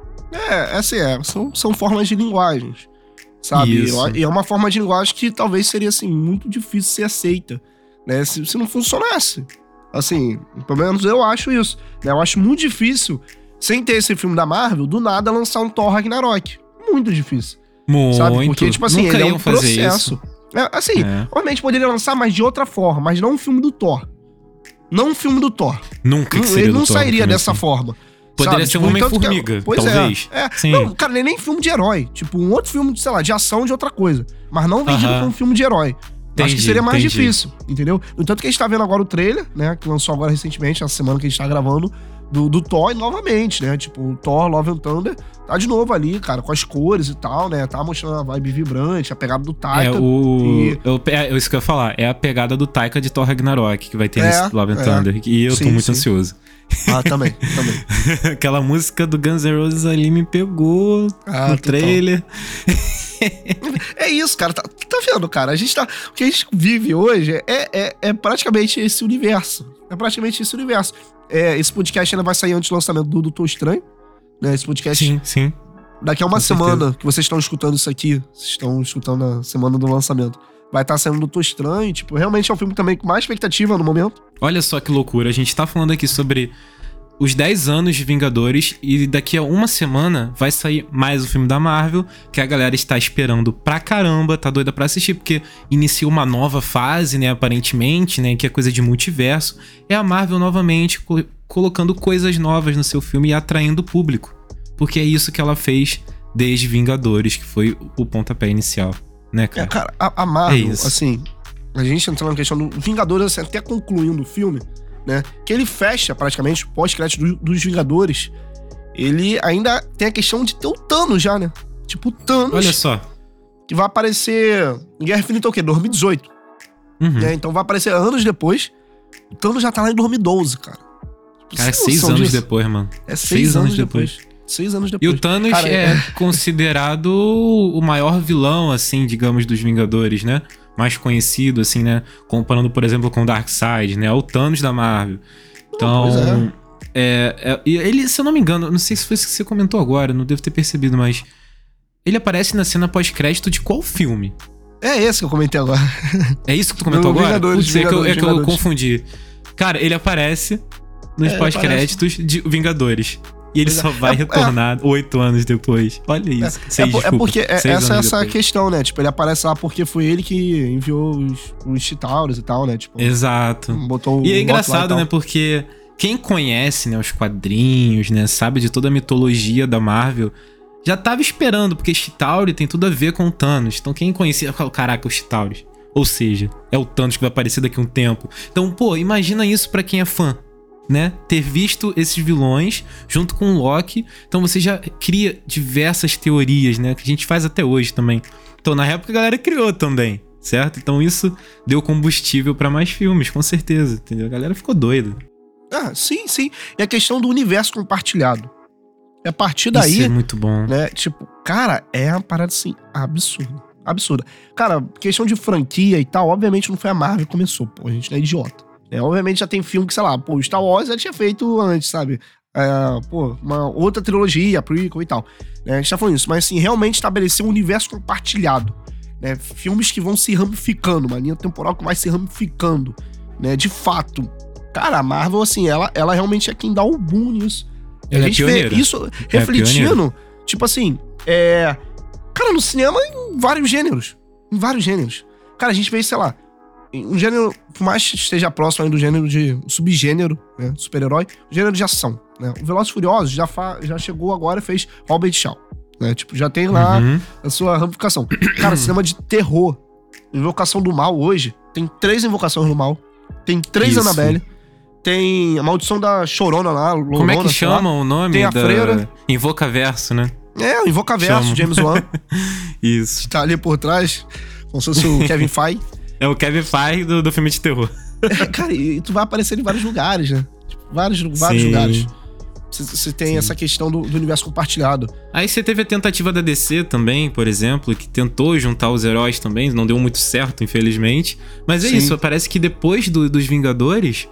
É, assim, é, são, são formas de linguagens. Sabe? Isso. E é uma forma de linguagem que talvez seria, assim, muito difícil de ser aceita, né? Se, se não funcionasse. Assim, pelo menos eu acho isso, né? Eu acho muito difícil, sem ter esse filme da Marvel, do nada lançar um Thor Ragnarok. Muito difícil. Muito. Sabe? Porque, tipo assim, Nunca ele é iam um fazer processo. isso. É, assim, É. obviamente poderia lançar, mas de outra forma. Mas não um filme do Thor. Não um filme do Thor. Nunca que Não, seria ele do não Thor, sairia filme dessa assim. forma. Poderia sabe? ser um Tipo, tanto que- Homem-Formiga, pois talvez. É. é. Sim. Não, cara, nem, nem filme de herói. Tipo, um outro filme, sei lá, de ação de outra coisa. Mas não vendido Aham. como um filme de herói. Entendi, Acho que seria mais entendi. difícil, entendeu? No tanto que a gente tá vendo agora o trailer, né? Que lançou agora recentemente, na semana que a gente tá gravando, do, do Thor e novamente, né? Tipo, o Thor, Love and Thunder, tá de novo ali, cara, com as cores e tal, né? Tá mostrando a vibe vibrante, a pegada do Taika. É, o... e- eu, é isso que eu ia falar. É a pegada do Taika de Thor Ragnarok, que vai ter É, nesse Love and é. Thunder. E eu Sim, tô muito sim. ansioso. Ah, também, também. Aquela música do Guns N' Roses ali me pegou Ah, no total. trailer. É isso, cara. Tá, tá vendo, cara? A gente tá. O que a gente vive hoje é, é, é praticamente esse universo. É praticamente esse universo. É, esse podcast ainda vai sair antes do lançamento do Doutor Estranho. Né? Esse podcast. Sim, sim. Daqui a uma com semana certeza. que vocês estão escutando isso aqui, vocês estão escutando na semana do lançamento. Vai estar saindo o Doutor Estranho. Tipo, realmente é um filme também com mais expectativa no momento. Olha só que loucura. A gente tá falando aqui sobre os dez anos de Vingadores e daqui a uma semana vai sair mais um filme da Marvel que a galera está esperando pra caramba, tá doida pra assistir, porque inicia uma nova fase, né, aparentemente, né, que é coisa de multiverso. É a Marvel novamente co- colocando coisas novas no seu filme e atraindo o público, porque é isso que ela fez desde Vingadores, que foi o pontapé inicial, né, cara? É, cara, a, a Marvel, É isso. assim, a gente entrando na questão do Vingadores, assim, até concluindo o filme, né, que ele fecha praticamente pós-crédito do, dos Vingadores, ele ainda tem a questão de ter o Thanos já, né? Tipo, o Thanos, Olha só. que vai aparecer em Guerra Infinita o quê? dois mil e dezoito. Uhum. Né? Então vai aparecer anos depois. O Thanos já tá lá em dois mil e doze, cara. Cara, é Você tem seis noção anos disso? depois, mano. É seis, Seis anos, anos depois. depois. Seis anos E depois. o Thanos Cara, é considerado o maior vilão, assim, digamos, dos Vingadores, né? Mais conhecido, assim, né? Comparando, por exemplo, com o Darkseid, né? É o Thanos da Marvel. Então, Pois é. é, é, e ele, se eu não me engano, não sei se foi isso que você comentou agora, não devo ter percebido, mas ele aparece na cena pós-crédito de qual filme? É esse que eu comentei agora. É isso que tu comentou No agora? Vingadores, Putz, é que eu, Vingadores, é que eu Vingadores. confundi. Cara, ele aparece nos É, pós-créditos de Vingadores. E ele Pois é. só vai É- retornar oito anos depois. Olha isso. É, Seis, po- é desculpa. porque é- Seis essa é anos essa depois. questão, né? Tipo, ele aparece lá porque foi ele que enviou os, os Chitauros e tal, né? Tipo, Exato. botou o E é voto lá engraçado, tal. né? Porque quem conhece, né, os quadrinhos, né? Sabe de toda a mitologia da Marvel, já tava esperando, porque Chitauri tem tudo a ver com o Thanos. Então quem conhecia, fala, caraca, o Chitauri. Ou seja, é o Thanos que vai aparecer daqui a um tempo. Então, pô, imagina isso pra quem é fã, né? Ter visto esses vilões junto com o Loki. Então você já cria diversas teorias, né? Que a gente faz até hoje também. Então na época a galera criou também, certo? Então isso deu combustível pra mais filmes, com certeza, entendeu? A galera ficou doida. Ah, sim, sim. E a questão do universo compartilhado. E a partir daí, Isso é muito bom. né? Tipo, cara, é uma parada assim, absurda. Absurda. Cara, questão de franquia e tal, obviamente não foi a Marvel que começou, pô, a gente não é idiota. É, obviamente já tem filme que, sei lá, pô, o Star Wars já tinha feito antes, sabe? É, pô, uma outra trilogia, prequel e tal. Né? A gente tá falando isso, mas assim, realmente estabelecer um universo compartilhado. Né? Filmes que vão se ramificando, uma linha temporal que vai se ramificando. Né? De fato. Cara, a Marvel, assim, ela, ela realmente é quem dá o boom nisso. Ela a é gente vê pioneira. isso É refletindo, tipo assim, é. Cara, no cinema, em vários gêneros. Em vários gêneros. Cara, a gente vê, sei lá, um gênero, por mais que esteja próximo aí do gênero de subgênero, né? Super-herói, gênero de ação. Né? O Velozes e Furiosos já, fa- já chegou agora e fez Robert Shaw. Né? Tipo, já tem lá Uhum. a sua ramificação. Cara, cinema de terror. Invocação do Mal hoje. Tem três Invocações do Mal. Tem três Isso. Annabelle. Tem a Maldição da Chorona lá. Como é Lorona, que sei lá. chamam o nome Tem a da... Freira. Invocaverso, né? É, o Invocaverso, Chama. James Wan. Isso. Tá ali por trás, como se fosse o Kevin Feige. É o Kevin Feige do, do filme de terror. É, cara, e tu vai aparecer em vários lugares, né? Tipo, vários, vários Sim. lugares. Você- Você tem Sim. essa questão do, do universo compartilhado. Aí você teve a tentativa da D C também, por exemplo, que tentou juntar os heróis também, não deu muito certo, infelizmente. Mas é Sim. isso, parece que depois do- dos Vingadores,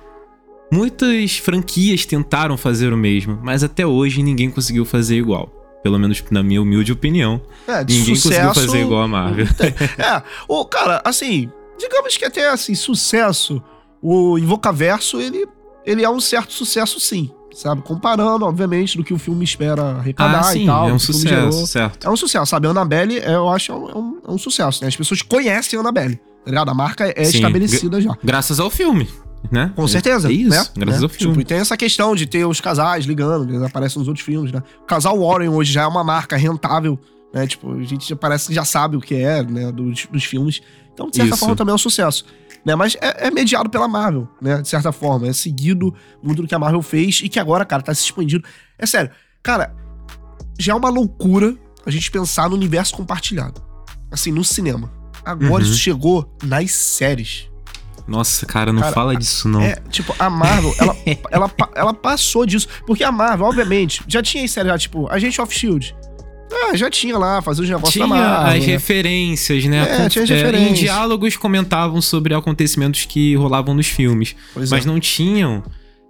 muitas franquias tentaram fazer o mesmo, mas até hoje ninguém conseguiu fazer igual. Pelo menos na minha humilde opinião. É, de Ninguém sucesso, conseguiu fazer igual a Marvel. não tem. É, o cara, assim, digamos que até assim, sucesso, o Invocaverso, ele, ele é um certo sucesso sim, sabe? Comparando, obviamente, do que o filme espera arrecadar Ah, sim, e tal. é um do que o filme sucesso, gerou. certo. É um sucesso, sabe? A Annabelle, é, eu acho, é um, é um- é um sucesso, né? As pessoas conhecem a Annabelle, tá ligado? A marca é Sim. estabelecida já. Graças ao filme, né? Com certeza. É isso, né? graças Né? ao filme. Tipo, e tem essa questão de ter os casais ligando, eles aparecem nos outros filmes, né? O casal Warren hoje já é uma marca rentável, né? Tipo, a gente já parece que já sabe o que é, né? Dos, dos filmes. Então, de certa Isso. forma, também é um sucesso. Né? Mas é, é mediado pela Marvel, né? De certa forma. É seguido muito do que a Marvel fez e que agora, cara, tá se expandindo. É sério. Cara, já é uma loucura a gente pensar no universo compartilhado. Assim, no cinema. Agora Uhum. isso chegou nas séries. Nossa, cara, não Cara, fala disso não. É, tipo, a Marvel, ela, ela, pa- ela passou disso. Porque a Marvel, obviamente, já tinha em série já, tipo, Agente of Shield. Ah, já tinha lá, fazer os negócios Tinha da Marvel. as né? referências, né? É, Com- tinha as é, referências. Em diálogos comentavam sobre acontecimentos que rolavam nos filmes. Pois mas é. não tinham.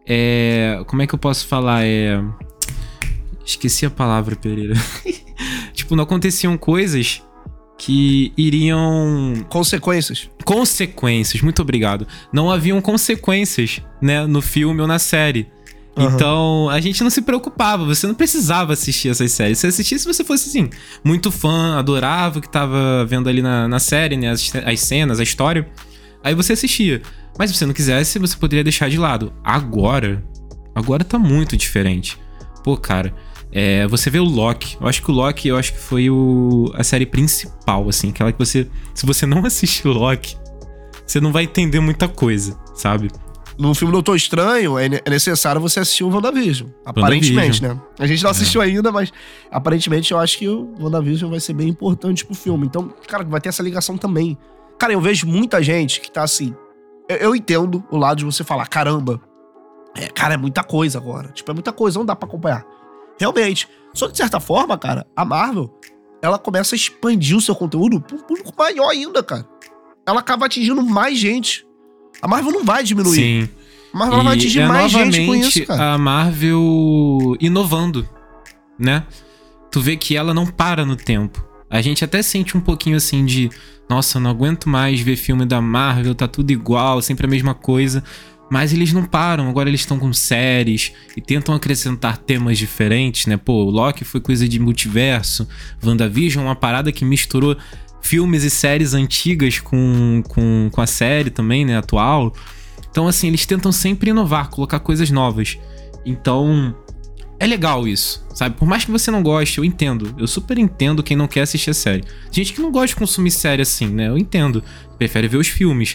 é, Como é que eu posso falar? É... Esqueci a palavra, Pereira. Tipo, não aconteciam coisas que iriam. Consequências. Consequências, muito obrigado. Não haviam consequências, né? No filme ou na série. Uhum. Então, a gente não se preocupava, você não precisava assistir essas séries. Você assistia se você fosse, assim, muito fã, adorava o que tava vendo ali na, na série, né? As, as cenas, a história. Aí você assistia. Mas se você não quisesse, você poderia deixar de lado. Agora, agora tá muito diferente. Pô, cara, é, você vê o Loki. Eu acho que o Loki, eu acho que foi o, a série principal, assim. Aquela que você... Se você não assistir o Loki, você não vai entender muita coisa, sabe? No filme Doutor Estranho, é necessário você assistir o WandaVision. Aparentemente, WandaVision. né? A gente não assistiu é. ainda, mas aparentemente eu acho que o WandaVision vai ser bem importante pro filme. Então, cara, vai ter essa ligação também. Cara, eu vejo muita gente que tá assim... Eu, eu entendo o lado de você falar, caramba, é, cara, é muita coisa agora. Tipo, é muita coisa, não dá pra acompanhar. Realmente. Só que, de certa forma, cara, a Marvel, ela começa a expandir o seu conteúdo pra um público maior ainda, cara. Ela acaba atingindo mais gente. A Marvel não vai diminuir. Sim. A Marvel vai atingir é mais gente com isso, cara. A Marvel inovando, né? Tu vê que ela não para no tempo. A gente até sente um pouquinho assim de... Nossa, eu não aguento mais ver filme da Marvel, tá tudo igual, sempre a mesma coisa. Mas eles não param, agora eles estão com séries e tentam acrescentar temas diferentes, né? Pô, o Loki foi coisa de multiverso, WandaVision, uma parada que misturou filmes e séries antigas com, com, com a série também, né, atual. Então, assim, eles tentam sempre inovar, colocar coisas novas. Então, é legal isso, sabe? Por mais que você não goste, eu entendo. Eu super entendo quem não quer assistir a série. Gente que não gosta de consumir série assim, né? Eu entendo. Prefere ver os filmes.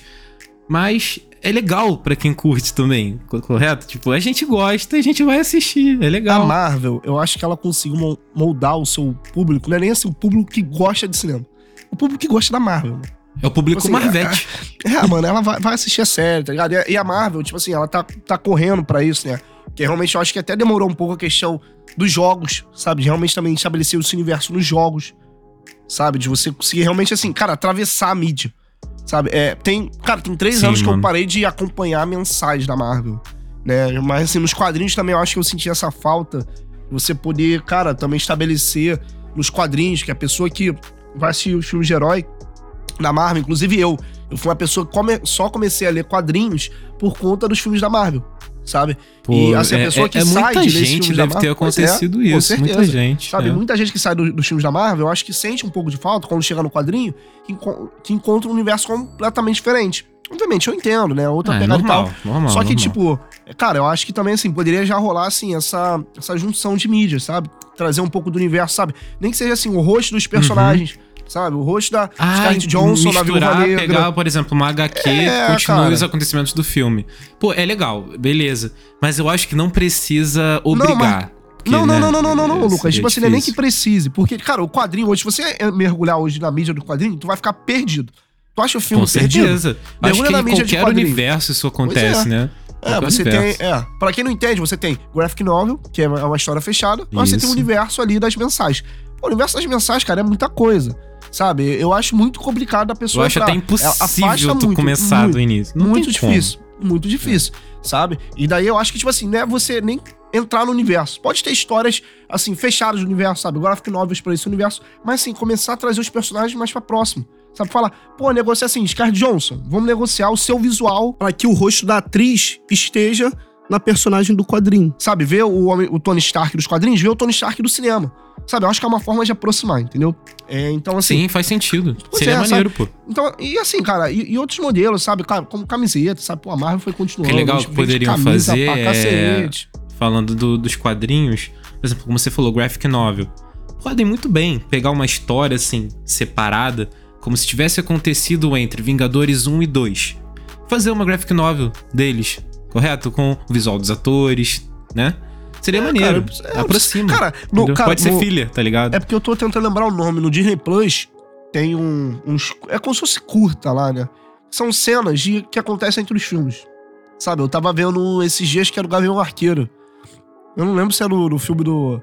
Mas é legal pra quem curte também, correto? Tipo, a gente gosta e a gente vai assistir, é legal. A Marvel, eu acho que ela conseguiu moldar o seu público, não é nem assim o público que gosta de cinema. O público que gosta da Marvel. É o público tipo assim, Marvete. É, é, mano, ela vai, vai assistir a série, tá ligado? E a Marvel, tipo assim, ela tá, tá correndo pra isso, né? Porque realmente eu acho que até demorou um pouco a questão dos jogos, sabe? De realmente também estabelecer esse universo nos jogos, sabe? De você conseguir realmente, assim, cara, atravessar a mídia, sabe? É, tem, cara, tem três Sim, anos mano. que eu parei de acompanhar mensais da Marvel, né? Mas, assim, nos quadrinhos também eu acho que eu senti essa falta de você poder, cara, também estabelecer nos quadrinhos que a pessoa que vai assistir os filmes de herói da Marvel, inclusive eu, eu fui uma pessoa que come, só comecei a ler quadrinhos por conta dos filmes da Marvel, sabe? Pô, e assim, a é, pessoa que é, sai muita de gente deve ter acontecido é, isso, muita gente. Sabe, é. muita gente que sai do, dos filmes da Marvel, eu acho que sente um pouco de falta quando chega no quadrinho, que, que encontra um universo completamente diferente. Obviamente, eu entendo, né? Outra ah, pegada é normal, e tal. normal, Só que, normal. tipo, cara, eu acho que também, assim, poderia já rolar, assim, essa, essa junção de mídias, sabe? Trazer um pouco do universo, sabe? Nem que seja, assim, o rosto dos personagens, uhum. sabe? O rosto da ah, Scarlett Johnson, da Viúva Negra. Pegar, por exemplo, uma agá quê é, que continue cara. os acontecimentos do filme. Pô, é legal, beleza. Mas eu acho que não precisa obrigar. Não, mas... porque, não, não, né, não, não, não, não, não, Lucas. seria Tipo assim, não é nem que difícil. precise. Porque, cara, o quadrinho hoje, se você mergulhar hoje na mídia do quadrinho, tu vai ficar perdido. Tu acha o filme Com perdido? certeza. Acho que na em mídia de qualquer quadrinho. universo isso acontece, Pois é. né? É, Qualquer você universo. tem. É, pra quem não entende, você tem graphic novel, que é uma história fechada, mas você tem o Isso. universo ali das mensagens. Pô, o universo das mensagens, cara, é muita coisa. Sabe? Eu acho muito complicado a Eu pessoa acho entrar. até impossível Afasta tu muito, começar muito, do início. Não muito tem como. difícil. Muito difícil, sabe? E daí eu acho que, tipo assim, não é você nem entrar no universo. Pode ter histórias, assim, fechadas do universo, sabe? Graphic novels pra esse universo. Mas, assim, começar a trazer os personagens mais pra próximo. Sabe? Falar, pô, negociar assim, Scarlett Johnson, vamos negociar o seu visual para que o rosto da atriz esteja na personagem do quadrinho. Sabe? Ver o, homem, o Tony Stark dos quadrinhos, ver o Tony Stark do cinema. Sabe? Eu acho que é uma forma de aproximar, entendeu? É, então, assim... Sim, faz sentido. Pois Seria é, maneiro, sabe? pô. Então, e assim, cara, e, e outros modelos, sabe? Cara, como camiseta, sabe? Pô, a Marvel foi continuando. Que legal a gente que vende poderiam camisa fazer pra é... cacete. Falando do- dos quadrinhos, por exemplo, como você falou, graphic novel. Podem muito bem pegar uma história, assim, separada, como se tivesse acontecido entre Vingadores um e dois. Fazer uma graphic novel deles, correto? Com o visual dos atores, né? Seria É, maneiro. cara, é, Aproxima. cara, no- entendeu? cara, Pode ser no- filha, tá ligado? É porque eu tô tentando lembrar o nome. No Disney Plus tem um, uns... É como se fosse curta lá, né? São cenas de, que acontecem entre os filmes. Sabe? Eu tava vendo esses dias que era o Gavião Arqueiro. Eu não lembro se era no, no filme do...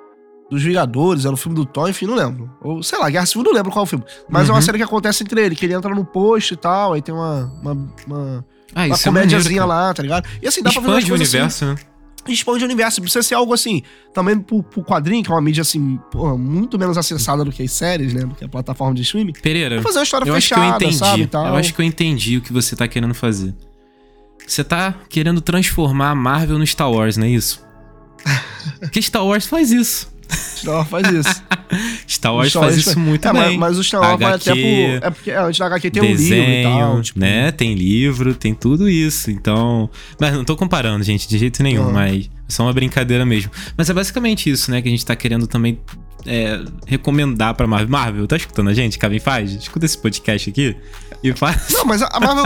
Dos Vingadores, era no filme do Thor, enfim, não lembro. Ou, sei lá, Guerra Civil, não lembro qual é o filme. Mas é uma Uhum. cena que acontece entre ele, que ele entra no posto e tal, aí tem uma... uma, uma Ah, uma isso é maneiro, comédiazinha cara. lá, tá ligado? E assim, dá pra fazer umas Expande o coisas universo, né? assim, expande o universo. Precisa ser algo assim, também pro, pro quadrinho, que é uma mídia assim, porra, muito menos acessada do que as séries, né? Do que a plataforma de streaming. Pereira, Vou fazer uma história eu acho que fechada, eu entendi. sabe, e tal. Eu acho que eu entendi o que você tá querendo fazer. você tá querendo transformar a Marvel no Star Wars, não é isso? Porque Star Wars faz isso. Star Wars faz isso. Star Wars Star faz Wars isso faz... muito é, bem. Mas, mas o Star Wars vai até pro... É porque antes da H Q tem desenho, um livro e tal. Tipo... né? Tem livro, tem tudo isso. Então... Mas não tô comparando, gente, de jeito nenhum. Uhum. Mas é só uma brincadeira mesmo. Mas é basicamente isso, né? Que a gente tá querendo também é, recomendar pra Marvel. Marvel, tá escutando a gente? Kevin Feige? Escuta esse podcast aqui e faz... Não, mas a Marvel...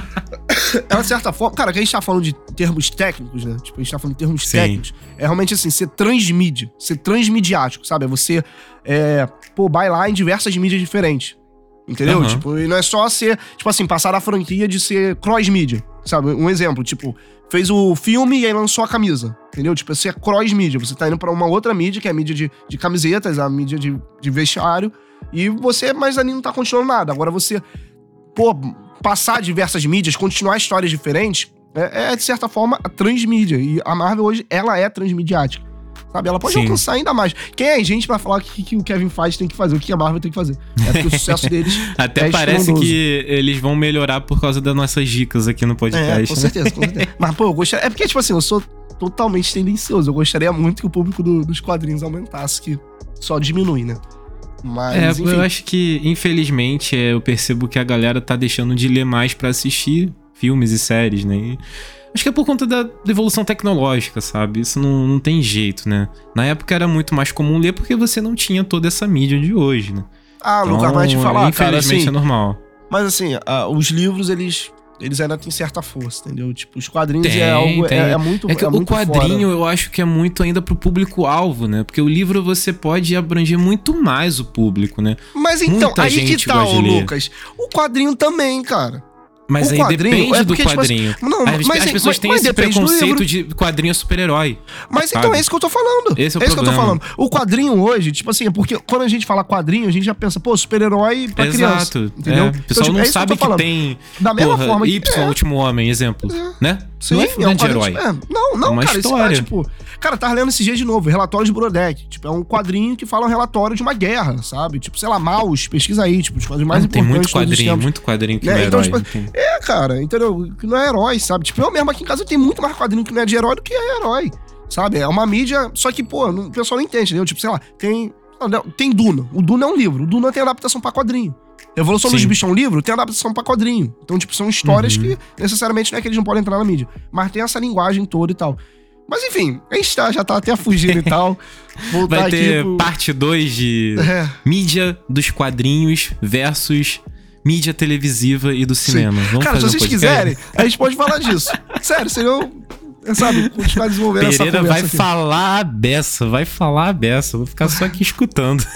ela, de certa forma... Cara, que a gente tá falando de termos técnicos, né? Tipo, a gente tá falando de termos Sim. técnicos. É realmente assim, ser transmídia. Ser transmediático, sabe? É você... É, pô, bailar em diversas mídias diferentes. Entendeu? Uhum. Tipo, e não é só ser... Tipo assim, passar a franquia de ser cross-mídia. Sabe? Um exemplo, tipo... Fez o filme e aí lançou a camisa. Entendeu? Tipo, você é cross-mídia. Você tá indo pra uma outra mídia, que é a mídia de, de camisetas, a mídia de, de vestiário. E você, mas ali não tá continuando nada. Agora você... Pô... passar diversas mídias, continuar histórias diferentes, é, é de certa forma a transmídia. E a Marvel hoje, ela é transmediática. Sabe? Ela pode Sim. alcançar ainda mais. Quem é gente pra falar o que, que o Kevin Feige tem que fazer, o que a Marvel tem que fazer? É porque o sucesso deles Até é parece estrondoso. Que eles vão melhorar por causa das nossas dicas aqui no podcast. É, com certeza, com certeza. Mas, pô, eu gostaria... É porque, tipo assim, eu sou totalmente tendencioso. Eu gostaria muito que o público do, dos quadrinhos aumentasse, que só diminui, né? Mas, é, enfim. Eu acho que, infelizmente, eu percebo que a galera tá deixando de ler mais pra assistir filmes e séries, né? E acho que é por conta da evolução tecnológica, sabe? Isso não, não tem jeito, né? Na época era muito mais comum ler porque você não tinha toda essa mídia de hoje, né? Ah, então, Lucas, mas te falar, infelizmente cara, assim, é normal. Mas assim, uh, os livros, eles... Eles ainda têm certa força, entendeu? Tipo, os quadrinhos tem, é algo... Tem. É, é muito É que é o muito quadrinho, fora. eu acho que é muito ainda pro público-alvo, né? Porque o livro você pode abranger muito mais o público, né? Mas então, Muita aí gente que tá, gosta ô, de ler. Lucas. O quadrinho também, cara. Mas o aí depende é do porque, quadrinho. Tipo, não, as, mas, as pessoas mas, têm mas esse preconceito de quadrinho super-herói. Mas sabe? então é isso que eu tô falando. Esse é o é isso problema. que eu tô falando. O quadrinho hoje, tipo assim, é porque quando a gente fala quadrinho, a gente já pensa, pô, super-herói pra Exato. criança. Entendeu? É. O pessoal então, tipo, não é sabe que, que tem da mesma porra, forma que, Y, é. Último Homem, exemplo. É. Né? Sim, não é, é, não um é de herói. É. Não, não, é uma cara, história. Isso é, tipo... Cara, tava lendo esses dias de novo, Relatório de Brodeck. Tipo, é um quadrinho que fala um relatório de uma guerra, sabe? Tipo, sei lá, Maus, pesquisa aí, tipo, os quadrinhos mais não, importantes. Tem muito quadrinho, muito quadrinho que né? não é então, herói. Tipo, é, cara, entendeu? Que não é herói, sabe? Tipo, eu mesmo aqui em casa eu tenho muito mais quadrinho que não é de herói do que é herói, sabe? É uma mídia, só que, pô, não, o pessoal não entende, entendeu? Tipo, sei lá, tem... Tem Duna. O Duna é um livro. O Duna tem adaptação pra quadrinho. Revolução Sim. dos Bichos é um livro, tem adaptação pra quadrinho. Então, tipo, são histórias uhum. que necessariamente não é que eles não podem entrar na mídia. Mas tem essa linguagem toda e tal. Mas enfim, a gente tá, já tá até fugindo e tal. Voltar Vai ter aqui pro... parte dois de é. mídia dos quadrinhos versus mídia televisiva e do cinema. Vamos Cara, fazer se um vocês quiserem, a gente pode falar disso. Sério, seria... Sabe, continuar desenvolvendo essa conversa vai aqui. falar a beça, vai falar a beça. Eu vou ficar só aqui escutando.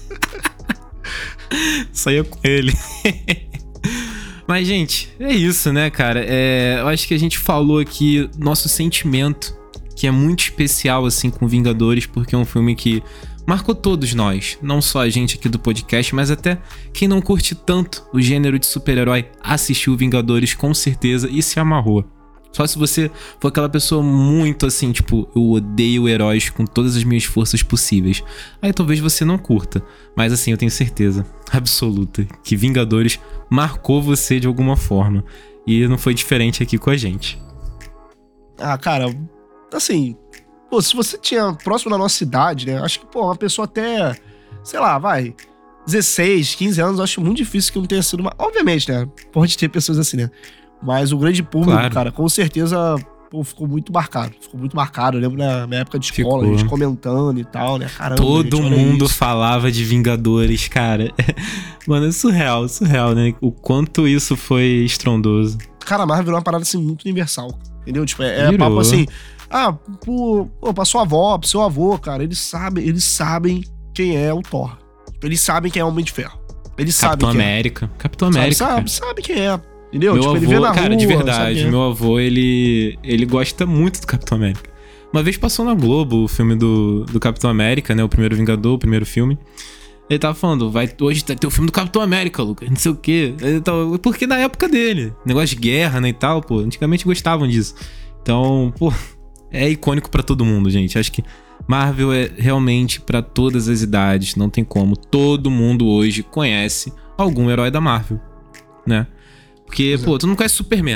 Saia com ele. Mas, gente, é isso, né, cara? É, eu acho que a gente falou aqui nosso sentimento, que é muito especial, assim, com Vingadores, porque é um filme que marcou todos nós. Não só a gente aqui do podcast, mas até quem não curte tanto o gênero de super-herói assistiu Vingadores com certeza e se amarrou. Só se você for aquela pessoa muito assim, tipo, eu odeio heróis com todas as minhas forças possíveis. Aí talvez você não curta. Mas assim, eu tenho certeza absoluta que Vingadores marcou você de alguma forma. E não foi diferente aqui com a gente. Ah, cara, assim, pô, se você tinha próximo da nossa cidade, né? Acho que, pô, uma pessoa até, sei lá, vai, dezesseis, quinze anos, eu acho muito difícil que não tenha sido uma... Obviamente, né? Pode ter pessoas assim, né? Mas o grande público, claro. cara, com certeza, pô, ficou muito marcado. Ficou muito marcado. Eu lembro na minha época de escola, ficou. A gente comentando e tal, né? Caramba, todo gente, mundo isso. falava de Vingadores, cara. Mano, é surreal, surreal, né? O quanto isso foi estrondoso. Cara, a Marvel virou uma parada, assim, muito universal. Entendeu? Tipo, é, é papo assim... Ah, pô, pô, pra sua avó, pro seu avô, cara, eles sabem, eles sabem quem é o Thor. Eles sabem quem é o Homem de Ferro. Eles Capitão sabem América. quem é. Capitão América. Sabe, sabe, sabe quem é. Entendeu? Meu tipo, avô, ele vê na cara, rua, de verdade, sabe? meu avô, ele, ele gosta muito do Capitão América. Uma vez passou na Globo o filme do, do Capitão América, né? O primeiro Vingador, o primeiro filme. Ele tava falando, vai, hoje vai ter o filme do Capitão América, Lucas, não sei o quê. Tava, porque na época dele, negócio de guerra, né, e tal, pô, antigamente gostavam disso. Então, pô, é icônico pra todo mundo, gente. Acho que Marvel é realmente pra todas as idades, não tem como. Todo mundo hoje conhece algum herói da Marvel, né? Porque, Exato. pô, tu não conhece Superman.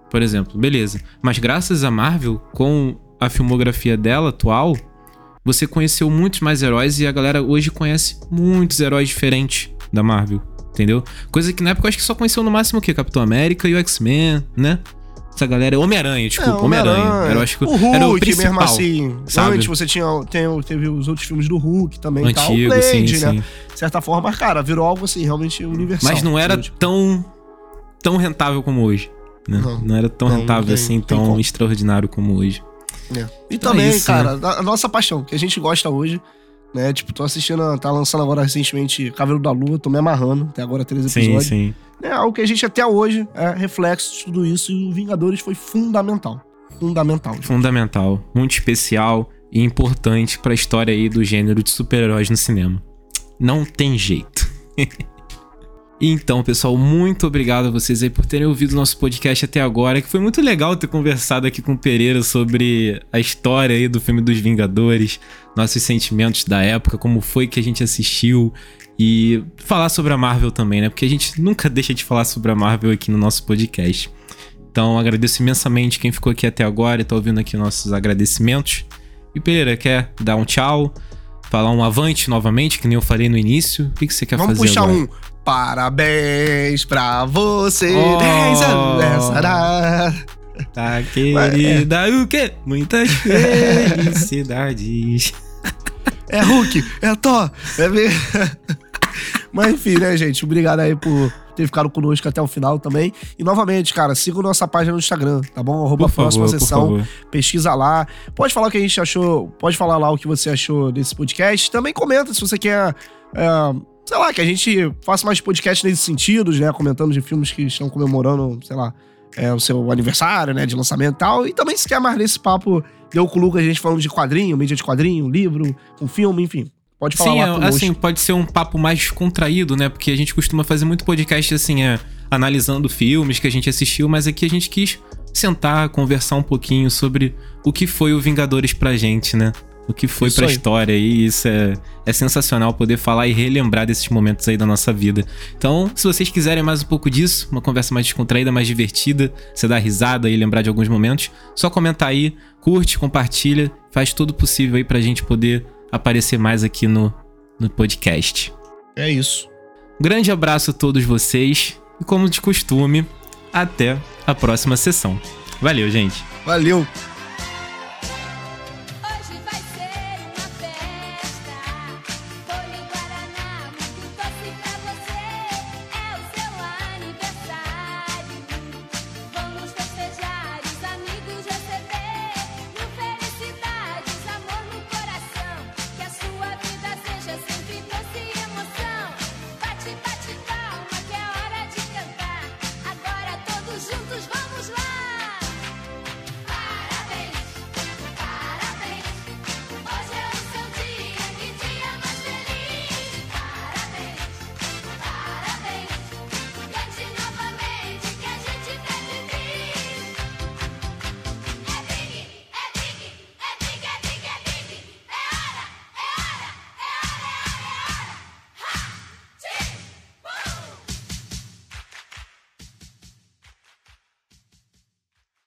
por exemplo, beleza. Mas graças a Marvel, com a filmografia dela atual, você conheceu muitos mais heróis e a galera hoje conhece muitos heróis diferentes da Marvel, entendeu? Coisa que na época eu acho que só conheceu no máximo o quê? Capitão América e o X-Men, né? Essa galera... Homem-Aranha, desculpa, É, Homem-Aranha. Homem-Aranha. Era, eu acho que O Hulk, era o principal, mesmo assim. sabe? Antes você tinha, tem, teve os outros filmes do Hulk também. Antigo, tal. O Blade, sim, né? sim. De certa forma, cara, virou algo assim, realmente universal. Mas não era entendeu? tão, tão rentável como hoje, né? Não, Não era tão não, rentável não tem- assim, tem tão como. extraordinário como hoje. É. E Então também, é isso, cara, a nossa paixão, que a gente gosta hoje, né? Tipo, tô assistindo, tá lançando agora recentemente Cavaleiro da Lua, tô me amarrando, até agora três Sim, episódios. sim. É algo que a gente até hoje é reflexo de tudo isso e o Vingadores foi fundamental. Fundamental. gente. Fundamental, muito especial e importante pra história aí do gênero de super-heróis no cinema. Não tem jeito. Então, pessoal, muito obrigado a vocês aí por terem ouvido o nosso podcast até agora, que foi muito legal ter conversado aqui com o Pereira sobre a história aí do filme dos Vingadores, nossos sentimentos da época, como foi que a gente assistiu e falar sobre a Marvel também, né? Porque a gente nunca deixa de falar sobre a Marvel aqui no nosso podcast. Então, agradeço imensamente quem ficou aqui até agora e tá ouvindo aqui nossos agradecimentos. E Pereira, quer dar um tchau? Falar um avante novamente, que nem eu falei no início? O que, que você quer Vamos fazer puxar agora? um. Parabéns pra você, Oh. dez anos. Tá, querida, o quê? Muitas felicidades. É Hulk, é Thor, é ver. Mas enfim, né, gente? Obrigado aí por ter ficado conosco até o final também. E novamente, cara, siga nossa página no Instagram, tá bom? Arroba Por favor, próxima por sessão. favor. Pesquisa lá. Pode falar o que a gente achou. Pode falar lá o que você achou desse podcast. Também comenta se você quer. É, sei lá, que a gente faça mais podcasts nesses sentidos, né? Comentando de filmes que estão comemorando, sei lá, é, o seu aniversário, né? De lançamento e tal. E também se quer mais nesse papo, deu com o Lucas, a gente falando de quadrinho, mídia de quadrinho, livro, um filme, enfim. Pode falar Sim, lá é, conosco. assim, pode ser um papo mais contraído, né? Porque a gente costuma fazer muito podcast, assim, é, analisando filmes que a gente assistiu, mas aqui a gente quis sentar, conversar um pouquinho sobre o que foi o Vingadores pra gente, né? O que foi Isso pra aí. história, e isso é, é sensacional poder falar e relembrar desses momentos aí da nossa vida. Então, se vocês quiserem mais um pouco disso, uma conversa mais descontraída, mais divertida, você dar risada e lembrar de alguns momentos, só comentar aí, curte, compartilha, faz tudo possível aí pra gente poder aparecer mais aqui no, no podcast. É isso. Grande abraço a todos vocês e, como de costume, até a próxima sessão. Valeu, gente! Valeu!